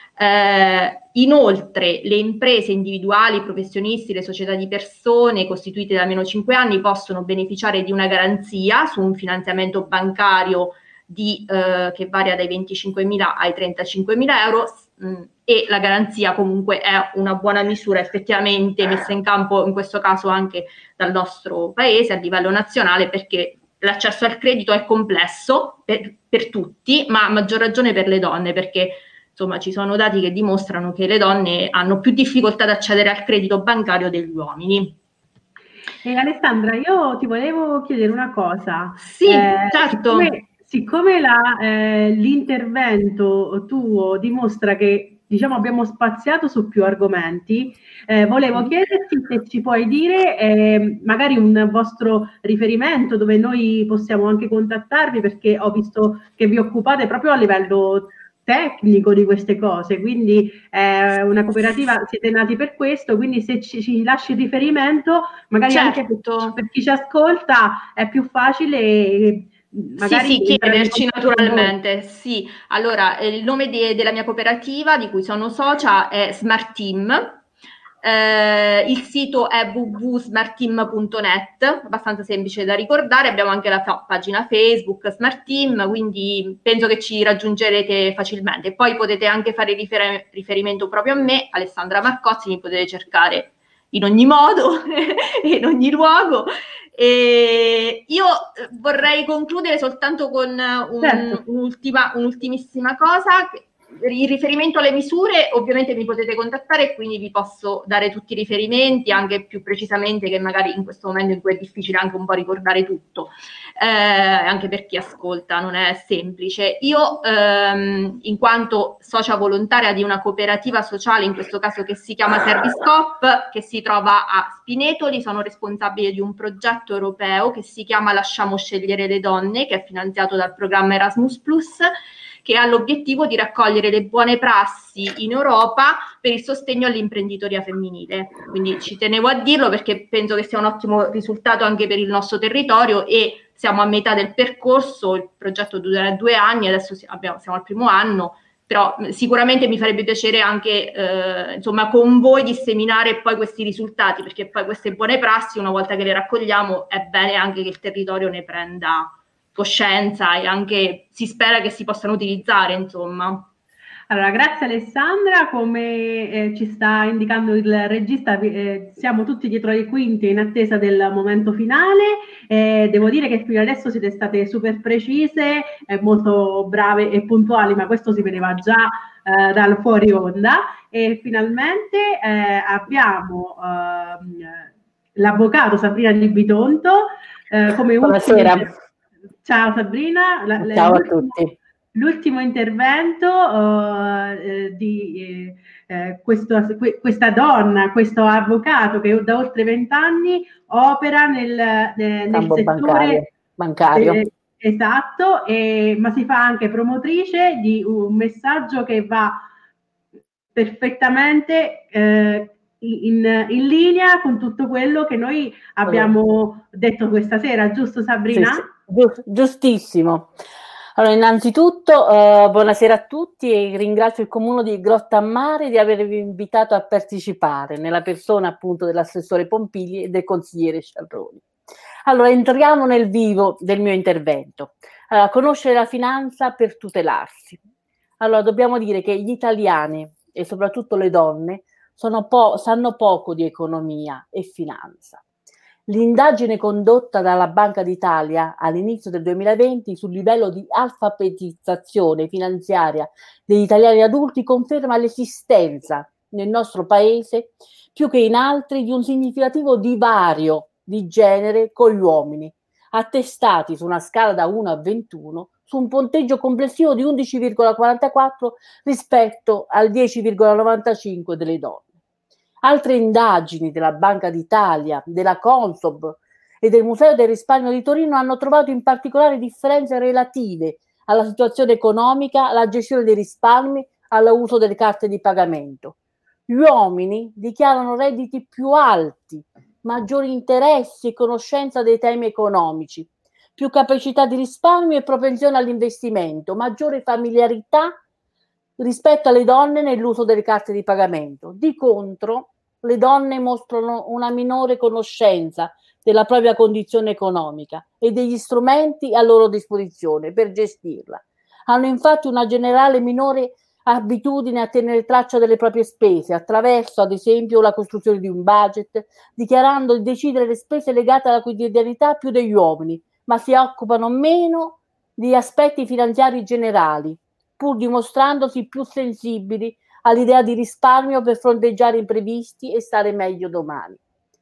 Inoltre le imprese individuali, professionisti, le società di persone costituite da almeno 5 anni possono beneficiare di una garanzia su un finanziamento bancario che varia dai 25.000 ai 35.000 euro, e la garanzia comunque è una buona misura effettivamente messa in campo in questo caso anche dal nostro paese a livello nazionale, perché l'accesso al credito è complesso per tutti, ma a maggior ragione per le donne, perché insomma ci sono dati che dimostrano che le donne hanno più difficoltà ad accedere al credito bancario degli uomini. Alessandra, io ti volevo chiedere una cosa. Sì, certo. Siccome l'intervento tuo dimostra che, diciamo, abbiamo spaziato su più argomenti, volevo chiederti se ci puoi dire magari un vostro riferimento dove noi possiamo anche contattarvi, perché ho visto che vi occupate proprio a livello tecnico di queste cose, quindi una cooperativa, siete nati per questo, quindi se ci lasci il riferimento, magari anche per chi ci ascolta è più facile. Sì, chiederci naturalmente. Sì, allora il nome della mia cooperativa di cui sono socia è Smart Team. Il sito è www.smartteam.net, abbastanza semplice da ricordare. Abbiamo anche la pagina Facebook Smart Team, quindi penso che ci raggiungerete facilmente. Poi potete anche fare riferimento proprio a me, Alessandra Marcozzi, mi potete cercare in ogni modo e in ogni luogo. E io vorrei concludere soltanto con un'ultimissima cosa. In riferimento alle misure, ovviamente mi potete contattare e quindi vi posso dare tutti i riferimenti, anche più precisamente, che magari in questo momento in cui è difficile anche un po' ricordare tutto, anche per chi ascolta non è semplice. Io, in quanto socia volontaria di una cooperativa sociale, in questo caso che si chiama Service Coop, che si trova a Spinetoli, sono responsabile di un progetto europeo che si chiama Lasciamo scegliere le donne, che è finanziato dal programma Erasmus+, che ha l'obiettivo di raccogliere le buone prassi in Europa per il sostegno all'imprenditoria femminile. Quindi ci tenevo a dirlo perché penso che sia un ottimo risultato anche per il nostro territorio e siamo a metà del percorso, il progetto durerà 2 anni, adesso siamo al primo anno, però sicuramente mi farebbe piacere anche insomma con voi disseminare poi questi risultati, perché poi queste buone prassi, una volta che le raccogliamo, è bene anche che il territorio ne prenda coscienza e anche si spera che si possano utilizzare, insomma. Allora, grazie Alessandra, come ci sta indicando il regista, siamo tutti dietro le quinte in attesa del momento finale. Devo dire che fino adesso siete state super precise, molto brave e puntuali, ma questo si vedeva già dal fuori onda. E finalmente abbiamo l'avvocato Sabrina Di Bitonto come Buonasera. Ciao Sabrina. Ciao a tutti. L'ultimo intervento di questa donna, questo avvocato che da oltre 20 anni opera nel settore bancario. Esatto, ma si fa anche promotrice di un messaggio che va perfettamente in linea con tutto quello che noi abbiamo detto questa sera, giusto Sabrina? Sì. Giustissimo. Allora, innanzitutto buonasera a tutti e ringrazio il Comune di Grottammare di avervi invitato a partecipare nella persona appunto dell'assessore Pompili e del consigliere Sciarroni. Allora, entriamo nel vivo del mio intervento. Allora, conoscere la finanza per tutelarsi. Allora, dobbiamo dire che gli italiani e soprattutto le donne sanno poco di economia e finanza. L'indagine condotta dalla Banca d'Italia all'inizio del 2020 sul livello di alfabetizzazione finanziaria degli italiani adulti conferma l'esistenza nel nostro paese, più che in altri, di un significativo divario di genere con gli uomini, attestati su una scala da 1 a 21 su un punteggio complessivo di 11,44 rispetto al 10,95 delle donne. Altre indagini della Banca d'Italia, della Consob e del Museo del Risparmio di Torino hanno trovato in particolare differenze relative alla situazione economica, alla gestione dei risparmi, all'uso delle carte di pagamento. Gli uomini dichiarano redditi più alti, maggiori interessi e conoscenza dei temi economici, più capacità di risparmio e propensione all'investimento, maggiore familiarità rispetto alle donne nell'uso delle carte di pagamento. Di contro, le donne mostrano una minore conoscenza della propria condizione economica e degli strumenti a loro disposizione per gestirla. Hanno infatti una generale minore abitudine a tenere traccia delle proprie spese attraverso, ad esempio, la costruzione di un budget, dichiarando di decidere le spese legate alla quotidianità più degli uomini, ma si occupano meno di aspetti finanziari generali, pur dimostrandosi più sensibili all'idea di risparmio per fronteggiare imprevisti e stare meglio domani.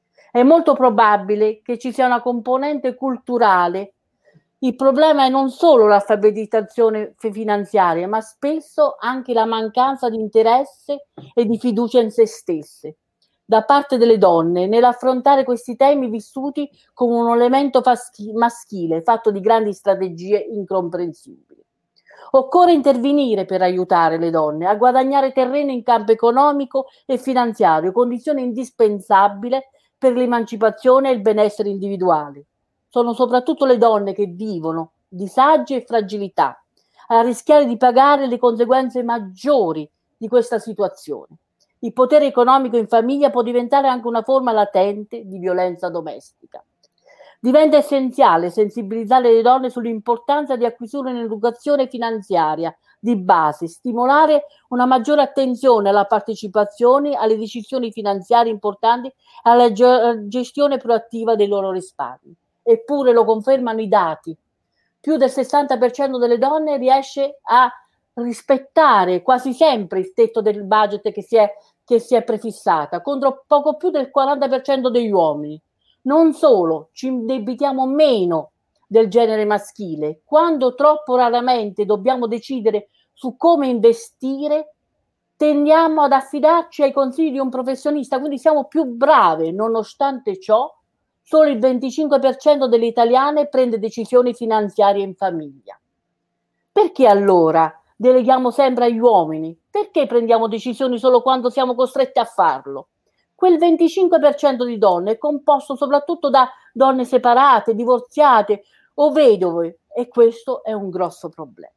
È molto probabile che ci sia una componente culturale. Il problema è non solo l'alfabetizzazione finanziaria, ma spesso anche la mancanza di interesse e di fiducia in se stesse da parte delle donne nell'affrontare questi temi vissuti come un elemento maschile fatto di grandi strategie incomprensibili. Occorre intervenire per aiutare le donne a guadagnare terreno in campo economico e finanziario, condizione indispensabile per l'emancipazione e il benessere individuale. Sono soprattutto le donne che vivono disagi e fragilità a rischiare di pagare le conseguenze maggiori di questa situazione. Il potere economico in famiglia può diventare anche una forma latente di violenza domestica. Diventa essenziale sensibilizzare le donne sull'importanza di acquisire un'educazione finanziaria di base, stimolare una maggiore attenzione alla partecipazione alle decisioni finanziarie importanti, alla gestione proattiva dei loro risparmi. Eppure lo confermano i dati. Più del 60% delle donne riesce a rispettare quasi sempre il tetto del budget che si è prefissata, contro poco più del 40% degli uomini. Non solo, ci indebitiamo meno del genere maschile. Quando troppo raramente dobbiamo decidere su come investire, tendiamo ad affidarci ai consigli di un professionista, quindi siamo più brave. Nonostante ciò, solo il 25% delle italiane prende decisioni finanziarie in famiglia. Perché allora deleghiamo sempre agli uomini? Perché prendiamo decisioni solo quando siamo costretti a farlo? Quel 25% di donne è composto soprattutto da donne separate, divorziate o vedove, e questo è un grosso problema.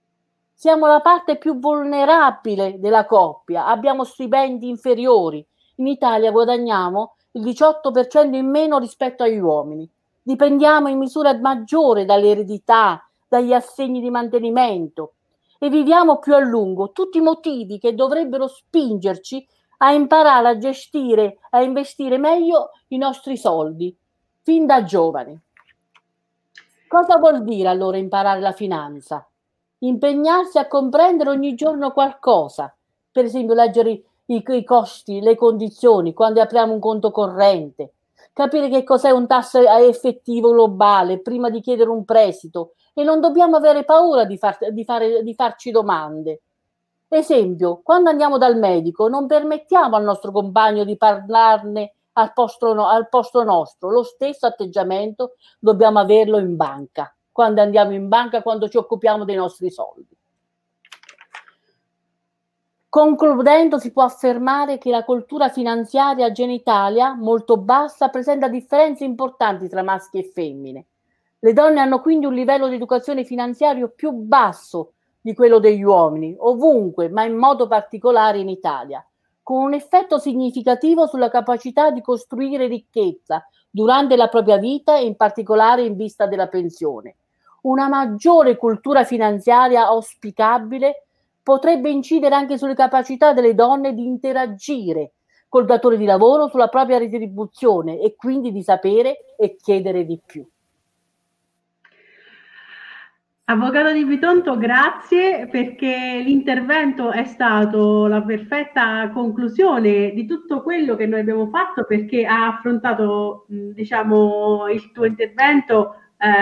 Siamo la parte più vulnerabile della coppia, abbiamo stipendi inferiori. In Italia guadagniamo il 18% in meno rispetto agli uomini. Dipendiamo in misura maggiore dalle dagli assegni di mantenimento e viviamo più a lungo. Tutti motivi che dovrebbero spingerci a imparare a gestire, a investire meglio i nostri soldi, fin da giovani. Cosa vuol dire allora imparare la finanza? Impegnarsi a comprendere ogni giorno qualcosa, per esempio leggere i costi, le condizioni, quando apriamo un conto corrente, capire che cos'è un tasso effettivo globale prima di chiedere un prestito, e non dobbiamo avere paura di farci domande. Esempio, quando andiamo dal medico non permettiamo al nostro compagno di parlarne al posto nostro. Lo stesso atteggiamento dobbiamo averlo in banca, quando andiamo in banca, quando ci occupiamo dei nostri soldi. Concludendo, si può affermare che la cultura finanziaria già in Italia, molto bassa, presenta differenze importanti tra maschi e femmine. Le donne hanno quindi un livello di educazione finanziario più basso di quello degli uomini, ovunque, ma in modo particolare in Italia, con un effetto significativo sulla capacità di costruire ricchezza durante la propria vita e in particolare in vista della pensione. Una maggiore cultura finanziaria auspicabile potrebbe incidere anche sulle capacità delle donne di interagire col datore di lavoro sulla propria retribuzione e quindi di sapere e chiedere di più. Avvocato Di Bitonto, grazie, perché l'intervento è stato la perfetta conclusione di tutto quello che noi abbiamo fatto, perché ha affrontato, diciamo, il tuo intervento,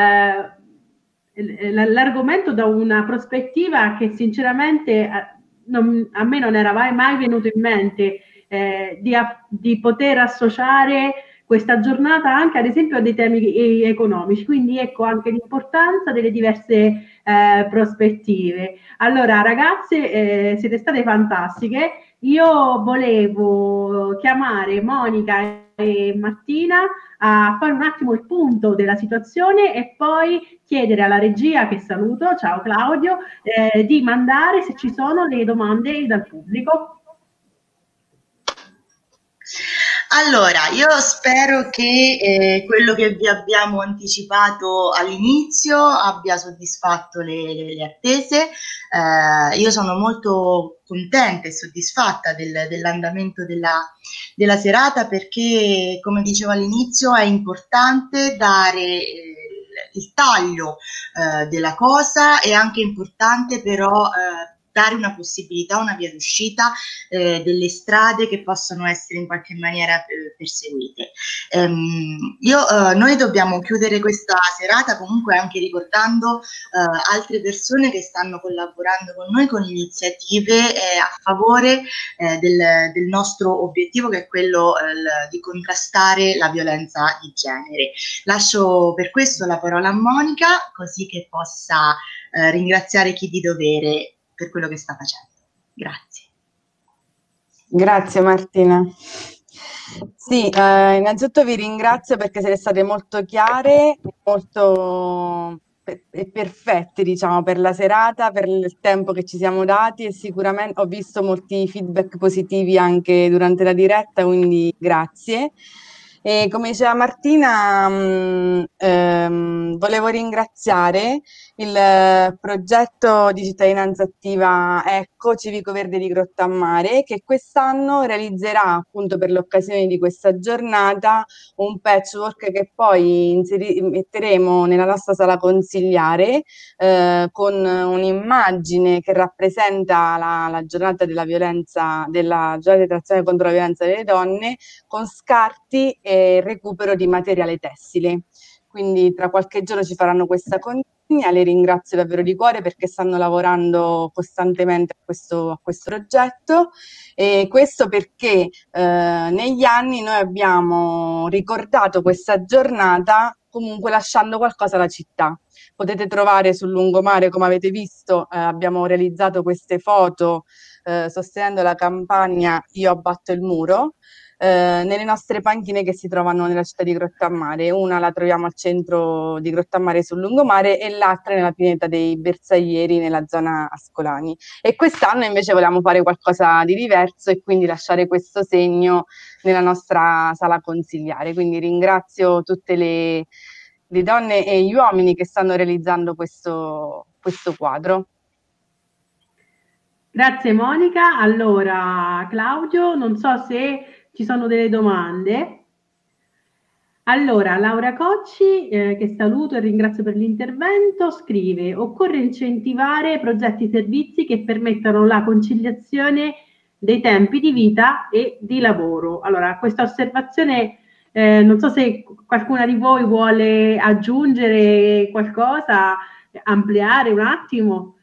l'argomento da una prospettiva che sinceramente a me non era mai venuto in mente, di poter associare questa giornata anche ad esempio a dei temi economici, quindi ecco anche l'importanza delle diverse prospettive. Allora ragazze, siete state fantastiche, io volevo chiamare Monica e Martina a fare un attimo il punto della situazione e poi chiedere alla regia, che saluto, ciao Claudio, di mandare se ci sono le domande dal pubblico. Allora, io spero che quello che vi abbiamo anticipato all'inizio abbia soddisfatto le attese. Io sono molto contenta e soddisfatta dell'andamento della serata, perché, come dicevo all'inizio, è importante dare il taglio della cosa, è anche importante però dare una possibilità, una via d'uscita, delle strade che possono essere in qualche maniera perseguite. Noi dobbiamo chiudere questa serata comunque anche ricordando altre persone che stanno collaborando con noi con iniziative a favore del nostro obiettivo, che è quello di contrastare la violenza di genere. Lascio per questo la parola a Monica, così che possa ringraziare chi di dovere per quello che sta facendo. Grazie. Grazie Martina. Sì, innanzitutto vi ringrazio perché siete state molto chiare, molto perfette, diciamo, per la serata, per il tempo che ci siamo dati, e sicuramente ho visto molti feedback positivi anche durante la diretta, quindi grazie. E come diceva Martina, volevo ringraziare il progetto di cittadinanza attiva Ecco Civico Verde di Grottammare, che quest'anno realizzerà, appunto per l'occasione di questa giornata, un patchwork che poi metteremo nella nostra sala consigliare, con un'immagine che rappresenta la giornata della violenza, della giornata di azione contro la violenza delle donne, con scarti e recupero di materiale tessile. Quindi tra qualche giorno ci faranno questa consegna, le ringrazio davvero di cuore perché stanno lavorando costantemente a questo progetto, e questo perché negli anni noi abbiamo ricordato questa giornata comunque lasciando qualcosa alla città. Potete trovare sul lungomare, come avete visto, abbiamo realizzato queste foto sostenendo la campagna Io abbatto il muro, nelle nostre panchine che si trovano nella città di Grottammare. Una la troviamo al centro di Grottammare sul lungomare e l'altra nella pineta dei Bersaglieri nella zona Ascolani. E quest'anno invece volevamo fare qualcosa di diverso e quindi lasciare questo segno nella nostra sala consigliare. Quindi ringrazio tutte le donne e gli uomini che stanno realizzando questo quadro. Grazie Monica. Allora Claudio, non so se ci sono delle domande. Allora, Laura Cocci, che saluto e ringrazio per l'intervento, scrive: occorre incentivare progetti e servizi che permettano la conciliazione dei tempi di vita e di lavoro. Allora, questa osservazione, non so se qualcuna di voi vuole aggiungere qualcosa, ampliare un attimo.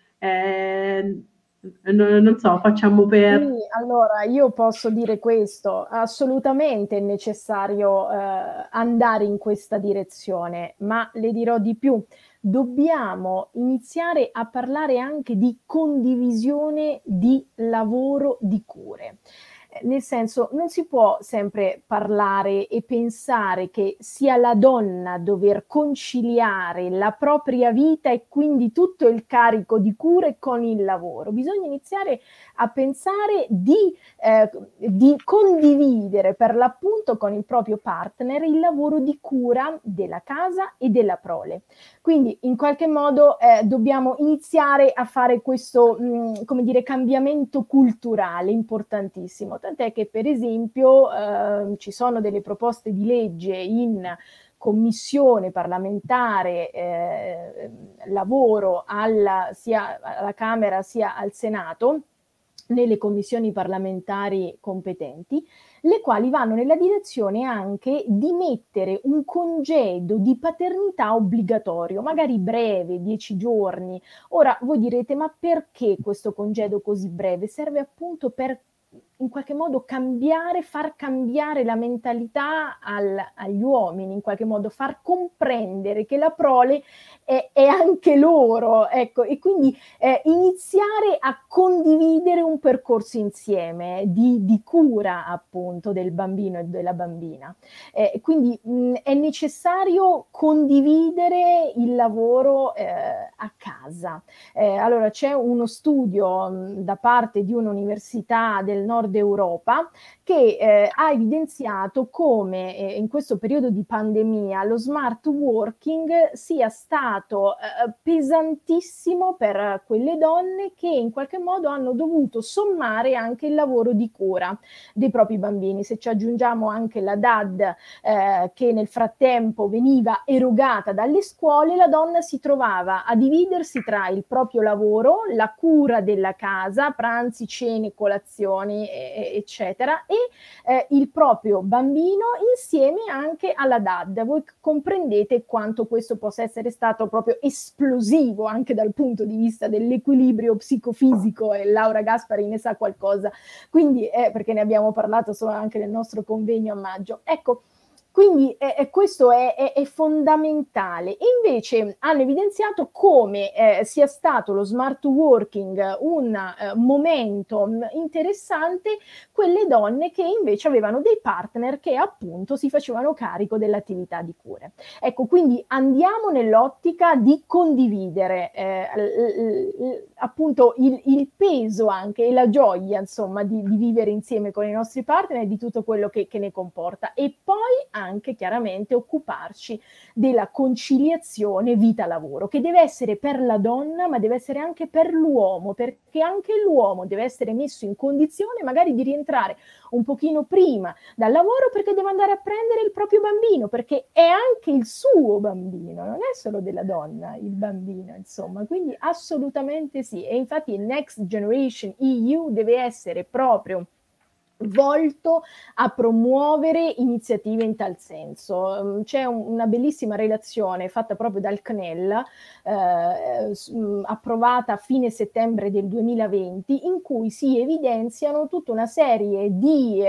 Non so, facciamo per... Sì, allora io posso dire questo: assolutamente è necessario andare in questa direzione, ma le dirò di più. Dobbiamo iniziare a parlare anche di condivisione di lavoro, di cure. Nel senso, non si può sempre parlare e pensare che sia la donna a dover conciliare la propria vita e quindi tutto il carico di cure con il lavoro. Bisogna iniziare a pensare di condividere per l'appunto con il proprio partner il lavoro di cura della casa e della prole. Quindi in qualche modo dobbiamo iniziare a fare questo come dire, cambiamento culturale importantissimo, tant'è che per esempio ci sono delle proposte di legge in commissione parlamentare lavoro sia alla Camera sia al Senato, nelle commissioni parlamentari competenti, le quali vanno nella direzione anche di mettere un congedo di paternità obbligatorio, magari breve, 10 giorni. Ora voi direte: ma perché questo congedo così breve? Serve appunto per in qualche modo far cambiare la mentalità agli uomini, in qualche modo far comprendere che la prole è anche loro, ecco, e quindi iniziare a condividere un percorso insieme di cura appunto del bambino e della bambina. Quindi è necessario condividere il lavoro a casa. Allora c'è uno studio da parte di un'università del nord Europa che ha evidenziato come in questo periodo di pandemia lo smart working sia stato pesantissimo per quelle donne che in qualche modo hanno dovuto sommare anche il lavoro di cura dei propri bambini. Se ci aggiungiamo anche la DAD che nel frattempo veniva erogata dalle scuole, la donna si trovava a dividersi tra il proprio lavoro, la cura della casa, pranzi, cene, colazioni, eccetera, e il proprio bambino insieme anche alla DAD. Voi comprendete quanto questo possa essere stato proprio esplosivo anche dal punto di vista dell'equilibrio psicofisico, e Laura Gaspari ne sa qualcosa, quindi perché ne abbiamo parlato anche nel nostro convegno a maggio. Ecco, quindi questo è fondamentale. E invece hanno evidenziato come sia stato lo smart working un momento interessante quelle donne che invece avevano dei partner che appunto si facevano carico dell'attività di cure. Ecco, quindi andiamo nell'ottica di condividere appunto il peso anche e la gioia, insomma, di vivere insieme con i nostri partner e di tutto quello che ne comporta. E poi anche chiaramente occuparci della conciliazione vita-lavoro, che deve essere per la donna ma deve essere anche per l'uomo, perché anche l'uomo deve essere messo in condizione magari di rientrare un pochino prima dal lavoro perché deve andare a prendere il proprio bambino, perché è anche il suo bambino, non è solo della donna il bambino, insomma, quindi assolutamente sì. E infatti il Next Generation EU deve essere proprio volto a promuovere iniziative in tal senso. C'è una bellissima relazione fatta proprio dal CNEL, approvata a fine settembre del 2020, in cui si evidenziano tutta una serie di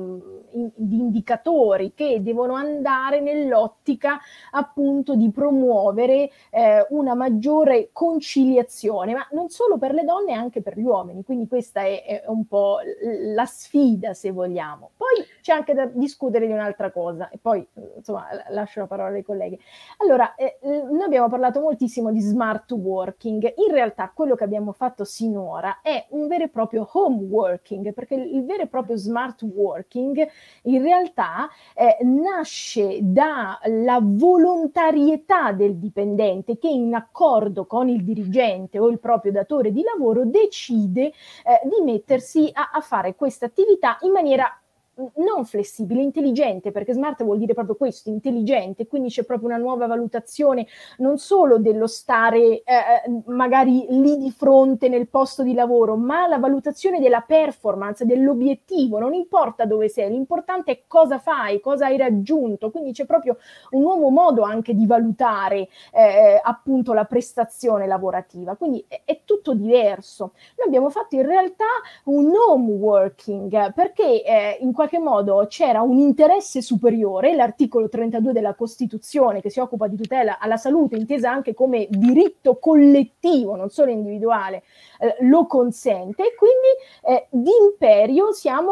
indicatori che devono andare nell'ottica appunto di promuovere una maggiore conciliazione, ma non solo per le donne, anche per gli uomini. Quindi questa è un po' la sfida, se vogliamo. Poi c'è anche da discutere di un'altra cosa, e poi insomma lascio la parola ai colleghi. Allora, noi abbiamo parlato moltissimo di smart working. In realtà quello che abbiamo fatto sinora è un vero e proprio home working, perché il vero e proprio smart working in realtà nasce dalla volontarietà del dipendente che in accordo con il dirigente o il proprio datore di lavoro decide di mettersi a fare questa attività in maniera non flessibile, intelligente, perché smart vuol dire proprio questo, intelligente, quindi c'è proprio una nuova valutazione non solo dello stare magari lì di fronte nel posto di lavoro, ma la valutazione della performance, dell'obiettivo. Non importa dove sei, l'importante è cosa fai, cosa hai raggiunto, quindi c'è proprio un nuovo modo anche di valutare appunto la prestazione lavorativa, quindi è tutto diverso. Noi abbiamo fatto in realtà un home working perché in qualche modo c'era un interesse superiore, l'articolo 32 della Costituzione che si occupa di tutela alla salute, intesa anche come diritto collettivo, non solo individuale, lo consente, e quindi d'imperio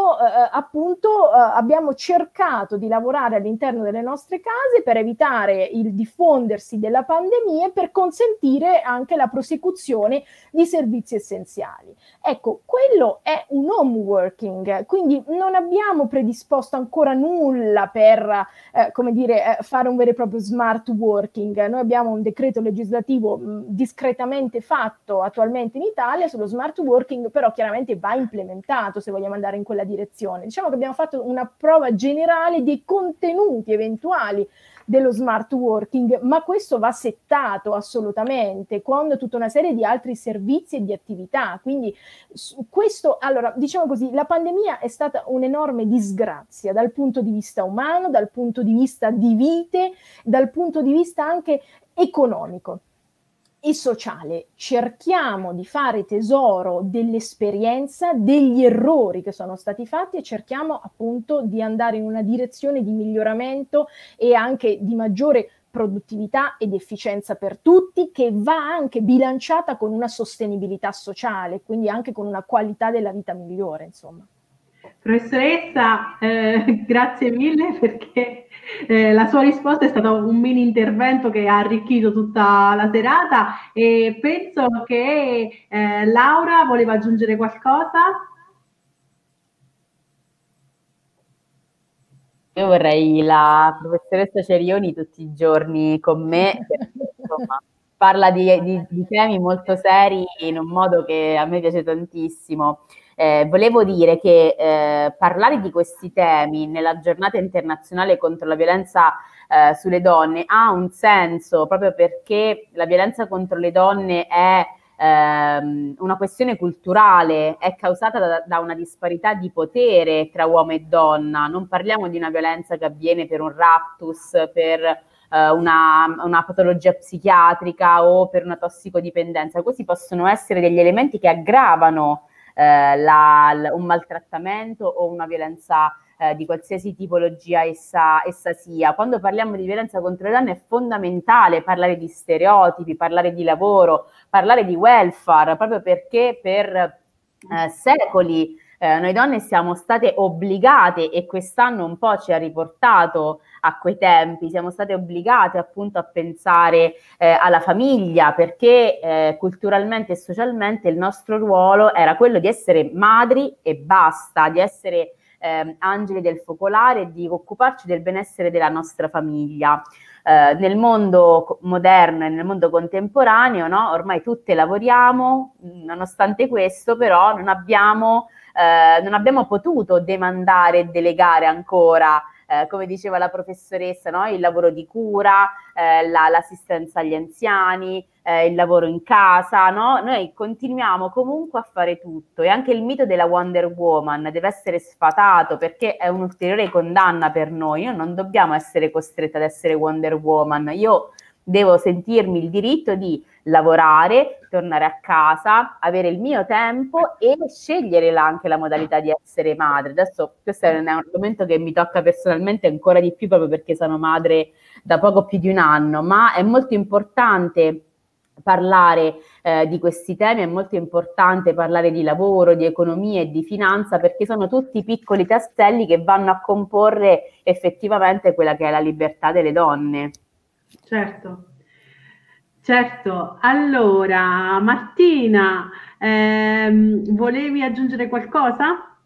abbiamo cercato di lavorare all'interno delle nostre case per evitare il diffondersi della pandemia e per consentire anche la prosecuzione di servizi essenziali. Ecco, quello è un home working, quindi non abbiamo predisposto ancora nulla per fare un vero e proprio smart working. Noi abbiamo un decreto legislativo discretamente fatto attualmente in Italia sullo smart working, però chiaramente va implementato se vogliamo andare in quella direzione. Diciamo che abbiamo fatto una prova generale dei contenuti eventuali dello smart working, ma questo va settato assolutamente con tutta una serie di altri servizi e di attività. Quindi questo, allora, diciamo così, la pandemia è stata un'enorme disgrazia dal punto di vista umano, dal punto di vista di vite, dal punto di vista anche economico. e sociale. Cerchiamo di fare tesoro dell'esperienza, degli errori che sono stati fatti e cerchiamo appunto di andare in una direzione di miglioramento e anche di maggiore produttività ed efficienza per tutti, che va anche bilanciata con una sostenibilità sociale, quindi anche con una qualità della vita migliore, insomma. Professoressa, grazie mille perché la sua risposta è stato un mini intervento che ha arricchito tutta la serata e penso che Laura voleva aggiungere qualcosa. Io vorrei la professoressa Cerioni tutti i giorni con me, perché insomma parla di temi molto seri in un modo che a me piace tantissimo. Volevo dire che parlare di questi temi nella giornata internazionale contro la violenza sulle donne ha un senso proprio perché la violenza contro le donne è una questione culturale, è causata da una disparità di potere tra uomo e donna. Non parliamo di una violenza che avviene per un raptus, per una patologia psichiatrica o per una tossicodipendenza. Questi possono essere degli elementi che aggravano un maltrattamento o una violenza di qualsiasi tipologia essa sia. Quando parliamo di violenza contro le donne è fondamentale parlare di stereotipi, parlare di lavoro, parlare di welfare, proprio perché per secoli noi donne siamo state obbligate, e quest'anno un po' ci ha riportato a quei tempi, siamo state obbligate appunto a pensare alla famiglia, perché culturalmente e socialmente il nostro ruolo era quello di essere madri e basta, di essere angeli del focolare e di occuparci del benessere della nostra famiglia. Nel mondo moderno e nel mondo contemporaneo, no? Ormai tutte lavoriamo, nonostante questo però non abbiamo potuto demandare e delegare ancora, come diceva la professoressa, no? Il lavoro di cura, l'assistenza agli anziani, il lavoro in casa, no? Noi continuiamo comunque a fare tutto, e anche il mito della Wonder Woman deve essere sfatato, perché è un'ulteriore condanna per noi. Io non dobbiamo essere costretta ad essere Wonder Woman, io devo sentirmi il diritto di lavorare, tornare a casa, avere il mio tempo e scegliere anche la modalità di essere madre. Adesso questo è un argomento che mi tocca personalmente ancora di più, proprio perché sono madre da poco più di un anno, ma è molto importante parlare di questi temi, è molto importante parlare di lavoro, di economia e di finanza, perché sono tutti piccoli tasselli che vanno a comporre effettivamente quella che è la libertà delle donne. Certo. Allora, Martina, volevi aggiungere qualcosa?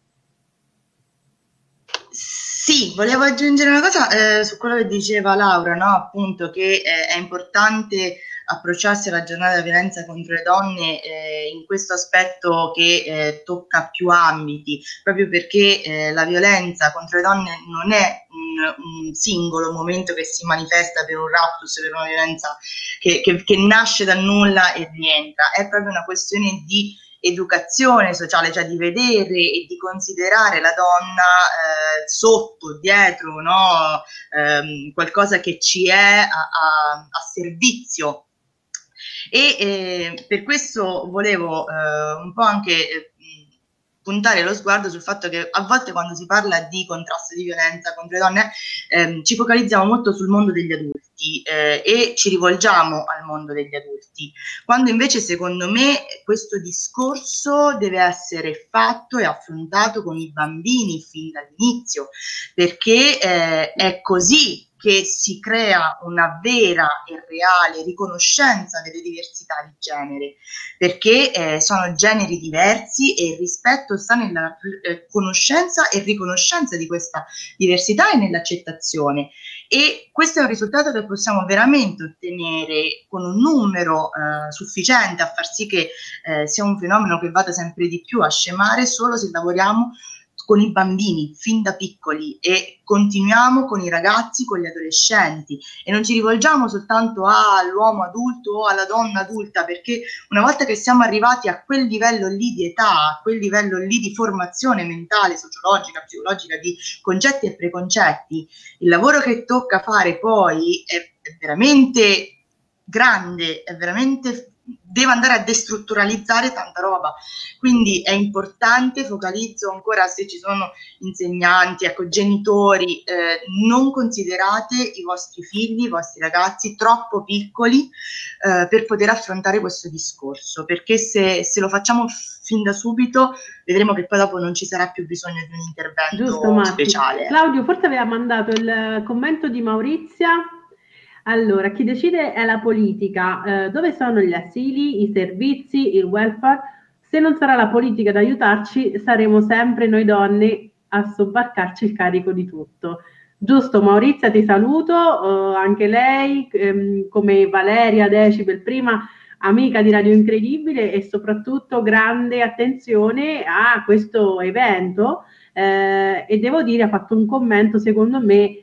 Sì, volevo aggiungere una cosa su quello che diceva Laura, no? Appunto che è importante approcciarsi alla giornata della violenza contro le donne in questo aspetto che tocca più ambiti, proprio perché la violenza contro le donne non è un singolo momento che si manifesta per un raptus, per una violenza che nasce dal nulla e rientra, è proprio una questione di educazione sociale, cioè di vedere e di considerare la donna sotto, dietro, no? Qualcosa che ci è a servizio. E per questo volevo un po' anche puntare lo sguardo sul fatto che a volte quando si parla di contrasto di violenza contro le donne ci focalizziamo molto sul mondo degli adulti e ci rivolgiamo al mondo degli adulti, quando invece secondo me questo discorso deve essere fatto e affrontato con i bambini fin dall'inizio, perché è così che si crea una vera e reale riconoscenza delle diversità di genere, perché sono generi diversi e il rispetto sta nella conoscenza e riconoscenza di questa diversità e nell'accettazione. E questo è un risultato che possiamo veramente ottenere con un numero sufficiente a far sì che sia un fenomeno che vada sempre di più a scemare, solo se lavoriamo con i bambini fin da piccoli e continuiamo con i ragazzi, con gli adolescenti, e non ci rivolgiamo soltanto all'uomo adulto o alla donna adulta, perché una volta che siamo arrivati a quel livello lì di età, a quel livello lì di formazione mentale, sociologica, psicologica, di concetti e preconcetti, il lavoro che tocca fare poi è veramente grande, è veramente, deve andare a destrutturalizzare tanta roba, quindi è importante, focalizzo ancora se ci sono insegnanti, ecco, genitori, non considerate i vostri figli, i vostri ragazzi troppo piccoli per poter affrontare questo discorso, perché se lo facciamo fin da subito vedremo che poi dopo non ci sarà più bisogno di un intervento speciale. Claudio forse aveva mandato il commento di Maurizia. Allora, chi decide è la politica. Dove sono gli asili, i servizi, il welfare? Se non sarà la politica ad aiutarci, saremo sempre noi donne a sobbarcarci il carico di tutto. Giusto, Maurizia, ti saluto, anche lei, come Valeria Decibel prima, amica di Radio Incredibile, e soprattutto grande attenzione a questo evento, e devo dire ha fatto un commento secondo me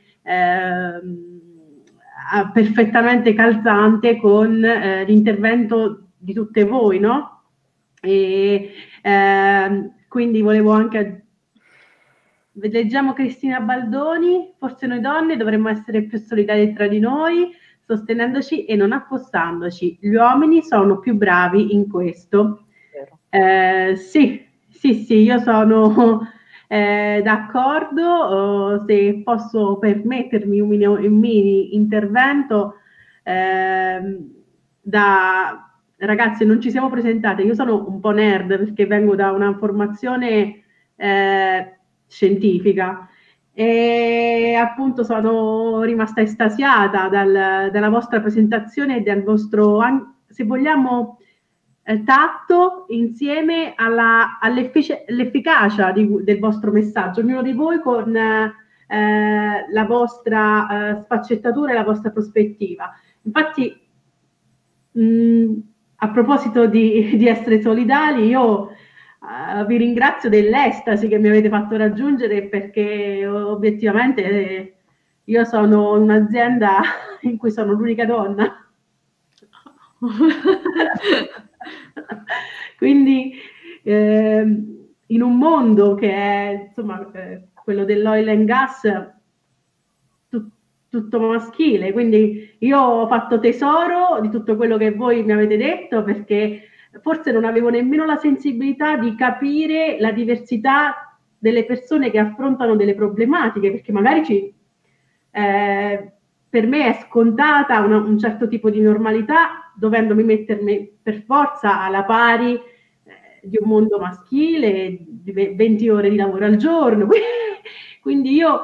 perfettamente calzante con l'intervento di tutte voi, no? E quindi volevo anche... Leggiamo Cristina Baldoni: forse noi donne dovremmo essere più solidali tra di noi, sostenendoci e non affossandoci. Gli uomini sono più bravi in questo. Sì, io sono d'accordo. Se posso permettermi un mini intervento, ragazze, non ci siamo presentate. Io sono un po' nerd perché vengo da una formazione scientifica e appunto sono rimasta estasiata dalla vostra presentazione e del vostro, se vogliamo, tatto insieme all'efficacia del vostro messaggio, ognuno di voi con la vostra sfaccettatura e la vostra prospettiva. Infatti, a proposito di essere solidali, io vi ringrazio dell'estasi che mi avete fatto raggiungere, perché obiettivamente io sono in un'azienda in cui sono l'unica donna. Quindi in un mondo che è insomma quello dell'oil and gas tutto maschile, quindi io ho fatto tesoro di tutto quello che voi mi avete detto, perché forse non avevo nemmeno la sensibilità di capire la diversità delle persone che affrontano delle problematiche, perché magari per me è scontata un certo tipo di normalità, dovendomi mettermi per forza alla pari di un mondo maschile, di 20 ore di lavoro al giorno. Quindi io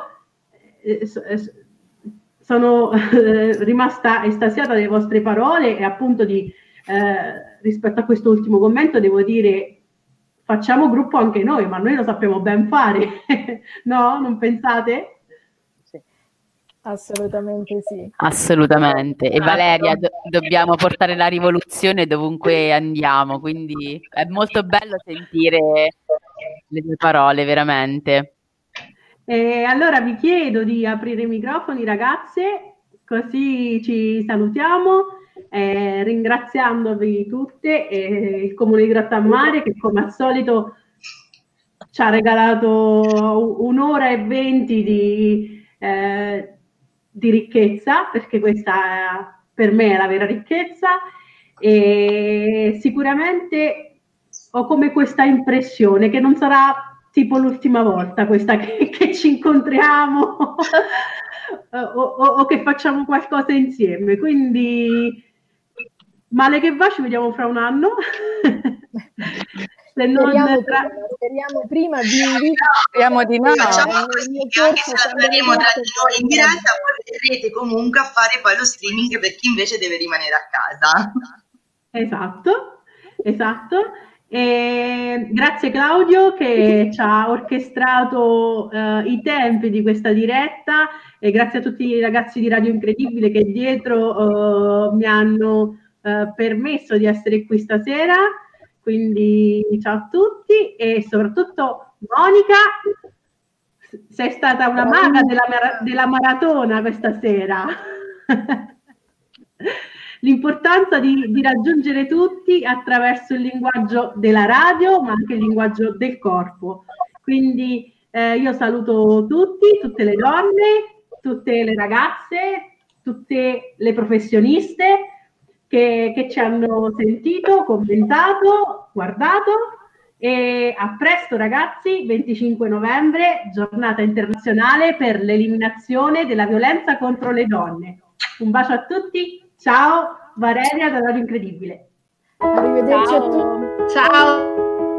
sono rimasta estasiata dalle vostre parole, e appunto rispetto a questo ultimo commento devo dire: facciamo gruppo anche noi, ma noi lo sappiamo ben fare. No? Non pensate? Sì. Assolutamente sì. Assolutamente. E Valeria, dobbiamo portare la rivoluzione dovunque andiamo, quindi è molto bello sentire le tue parole, veramente. Allora vi chiedo di aprire i microfoni, ragazze, così ci salutiamo, ringraziandovi tutte, il Comune di Grottammare, che come al solito ci ha regalato un'ora e 20 di ricchezza, perché questa per me è la vera ricchezza, e sicuramente ho come questa impressione che non sarà tipo l'ultima volta questa che ci incontriamo o che facciamo qualcosa insieme, quindi male che va ci vediamo fra un anno. Se non speriamo prima speriamo di no. Facciamo così che anche se la faremo tra di noi in diretta, poi verrete comunque a fare poi lo streaming per chi invece deve rimanere a casa. Esatto. E grazie Claudio che ci ha orchestrato i tempi di questa diretta, e grazie a tutti i ragazzi di Radio Incredibile che dietro mi hanno permesso di essere qui stasera. Quindi ciao a tutti, e soprattutto Monica, sei stata una maga della maratona questa sera. L'importanza di raggiungere tutti attraverso il linguaggio della radio, ma anche il linguaggio del corpo. Quindi io saluto tutti, tutte le donne, tutte le ragazze, tutte le professioniste, che ci hanno sentito, commentato, guardato. E a presto ragazzi, 25 novembre, giornata internazionale per l'eliminazione della violenza contro le donne. Un bacio a tutti, ciao, Valeria da Radio Incredibile. Arrivederci a tutti. Ciao.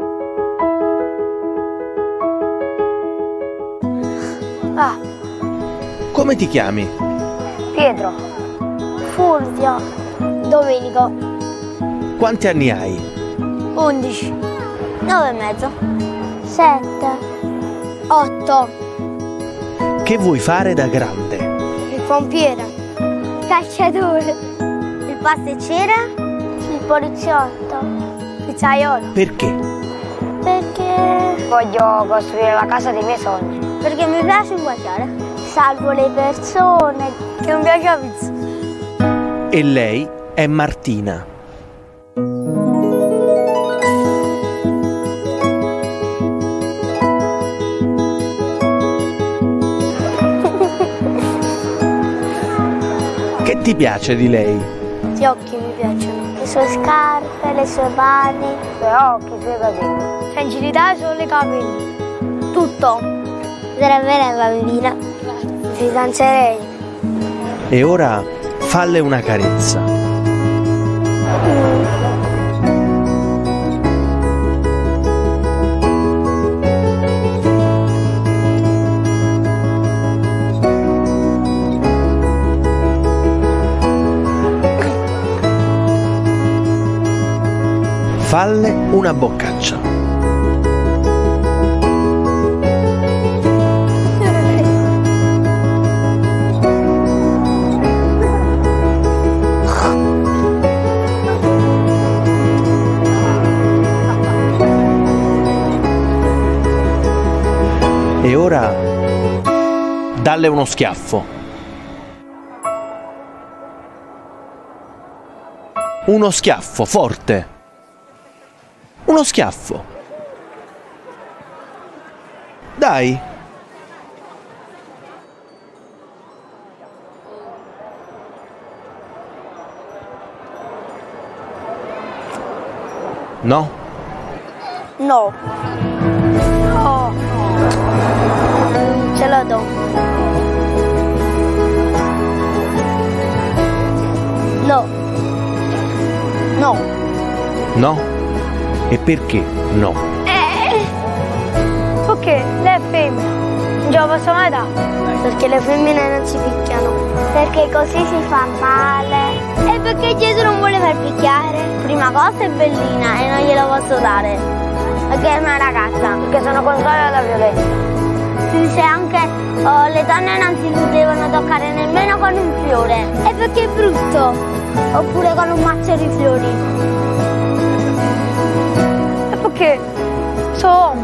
Come ti chiami? Pietro. Fulvio. Domenico. Quanti anni hai? 11. 9 e mezzo. 7. 8. Che vuoi fare da grande? Il pompiere. Il calciatore. Il pasticcere. Il poliziotto. Il pizzaiolo. Perché? Perché voglio costruire la casa dei miei sogni. Perché mi piace inguagliare. Salvo le persone, che non piace la pizza. E lei è Martina. Che ti piace di lei? Gli occhi mi piacciono, le sue scarpe, le sue mani, i suoi occhi, i suoi capelli. Cioè in generale sono le capelli. Tutto. Sarebbe la bambina. Ti fidanzerei. E ora falle una carezza. Falle una boccaccia. E ora dalle uno schiaffo. Uno schiaffo forte. Uno schiaffo. Dai. No? No. No. Ce la do. No. No. No? E perché no? Perché lei è femmina, non ce la posso mai dare. Perché le femmine non si picchiano. Perché così si fa male. E perché Gesù non vuole far picchiare. Prima cosa è bellina e non glielo posso dare. Perché è una ragazza. Perché sono contraria alla violenza. Si dice anche le donne non si devono toccare nemmeno con un fiore. E perché è brutto. Oppure con un mazzo di fiori. E perché sono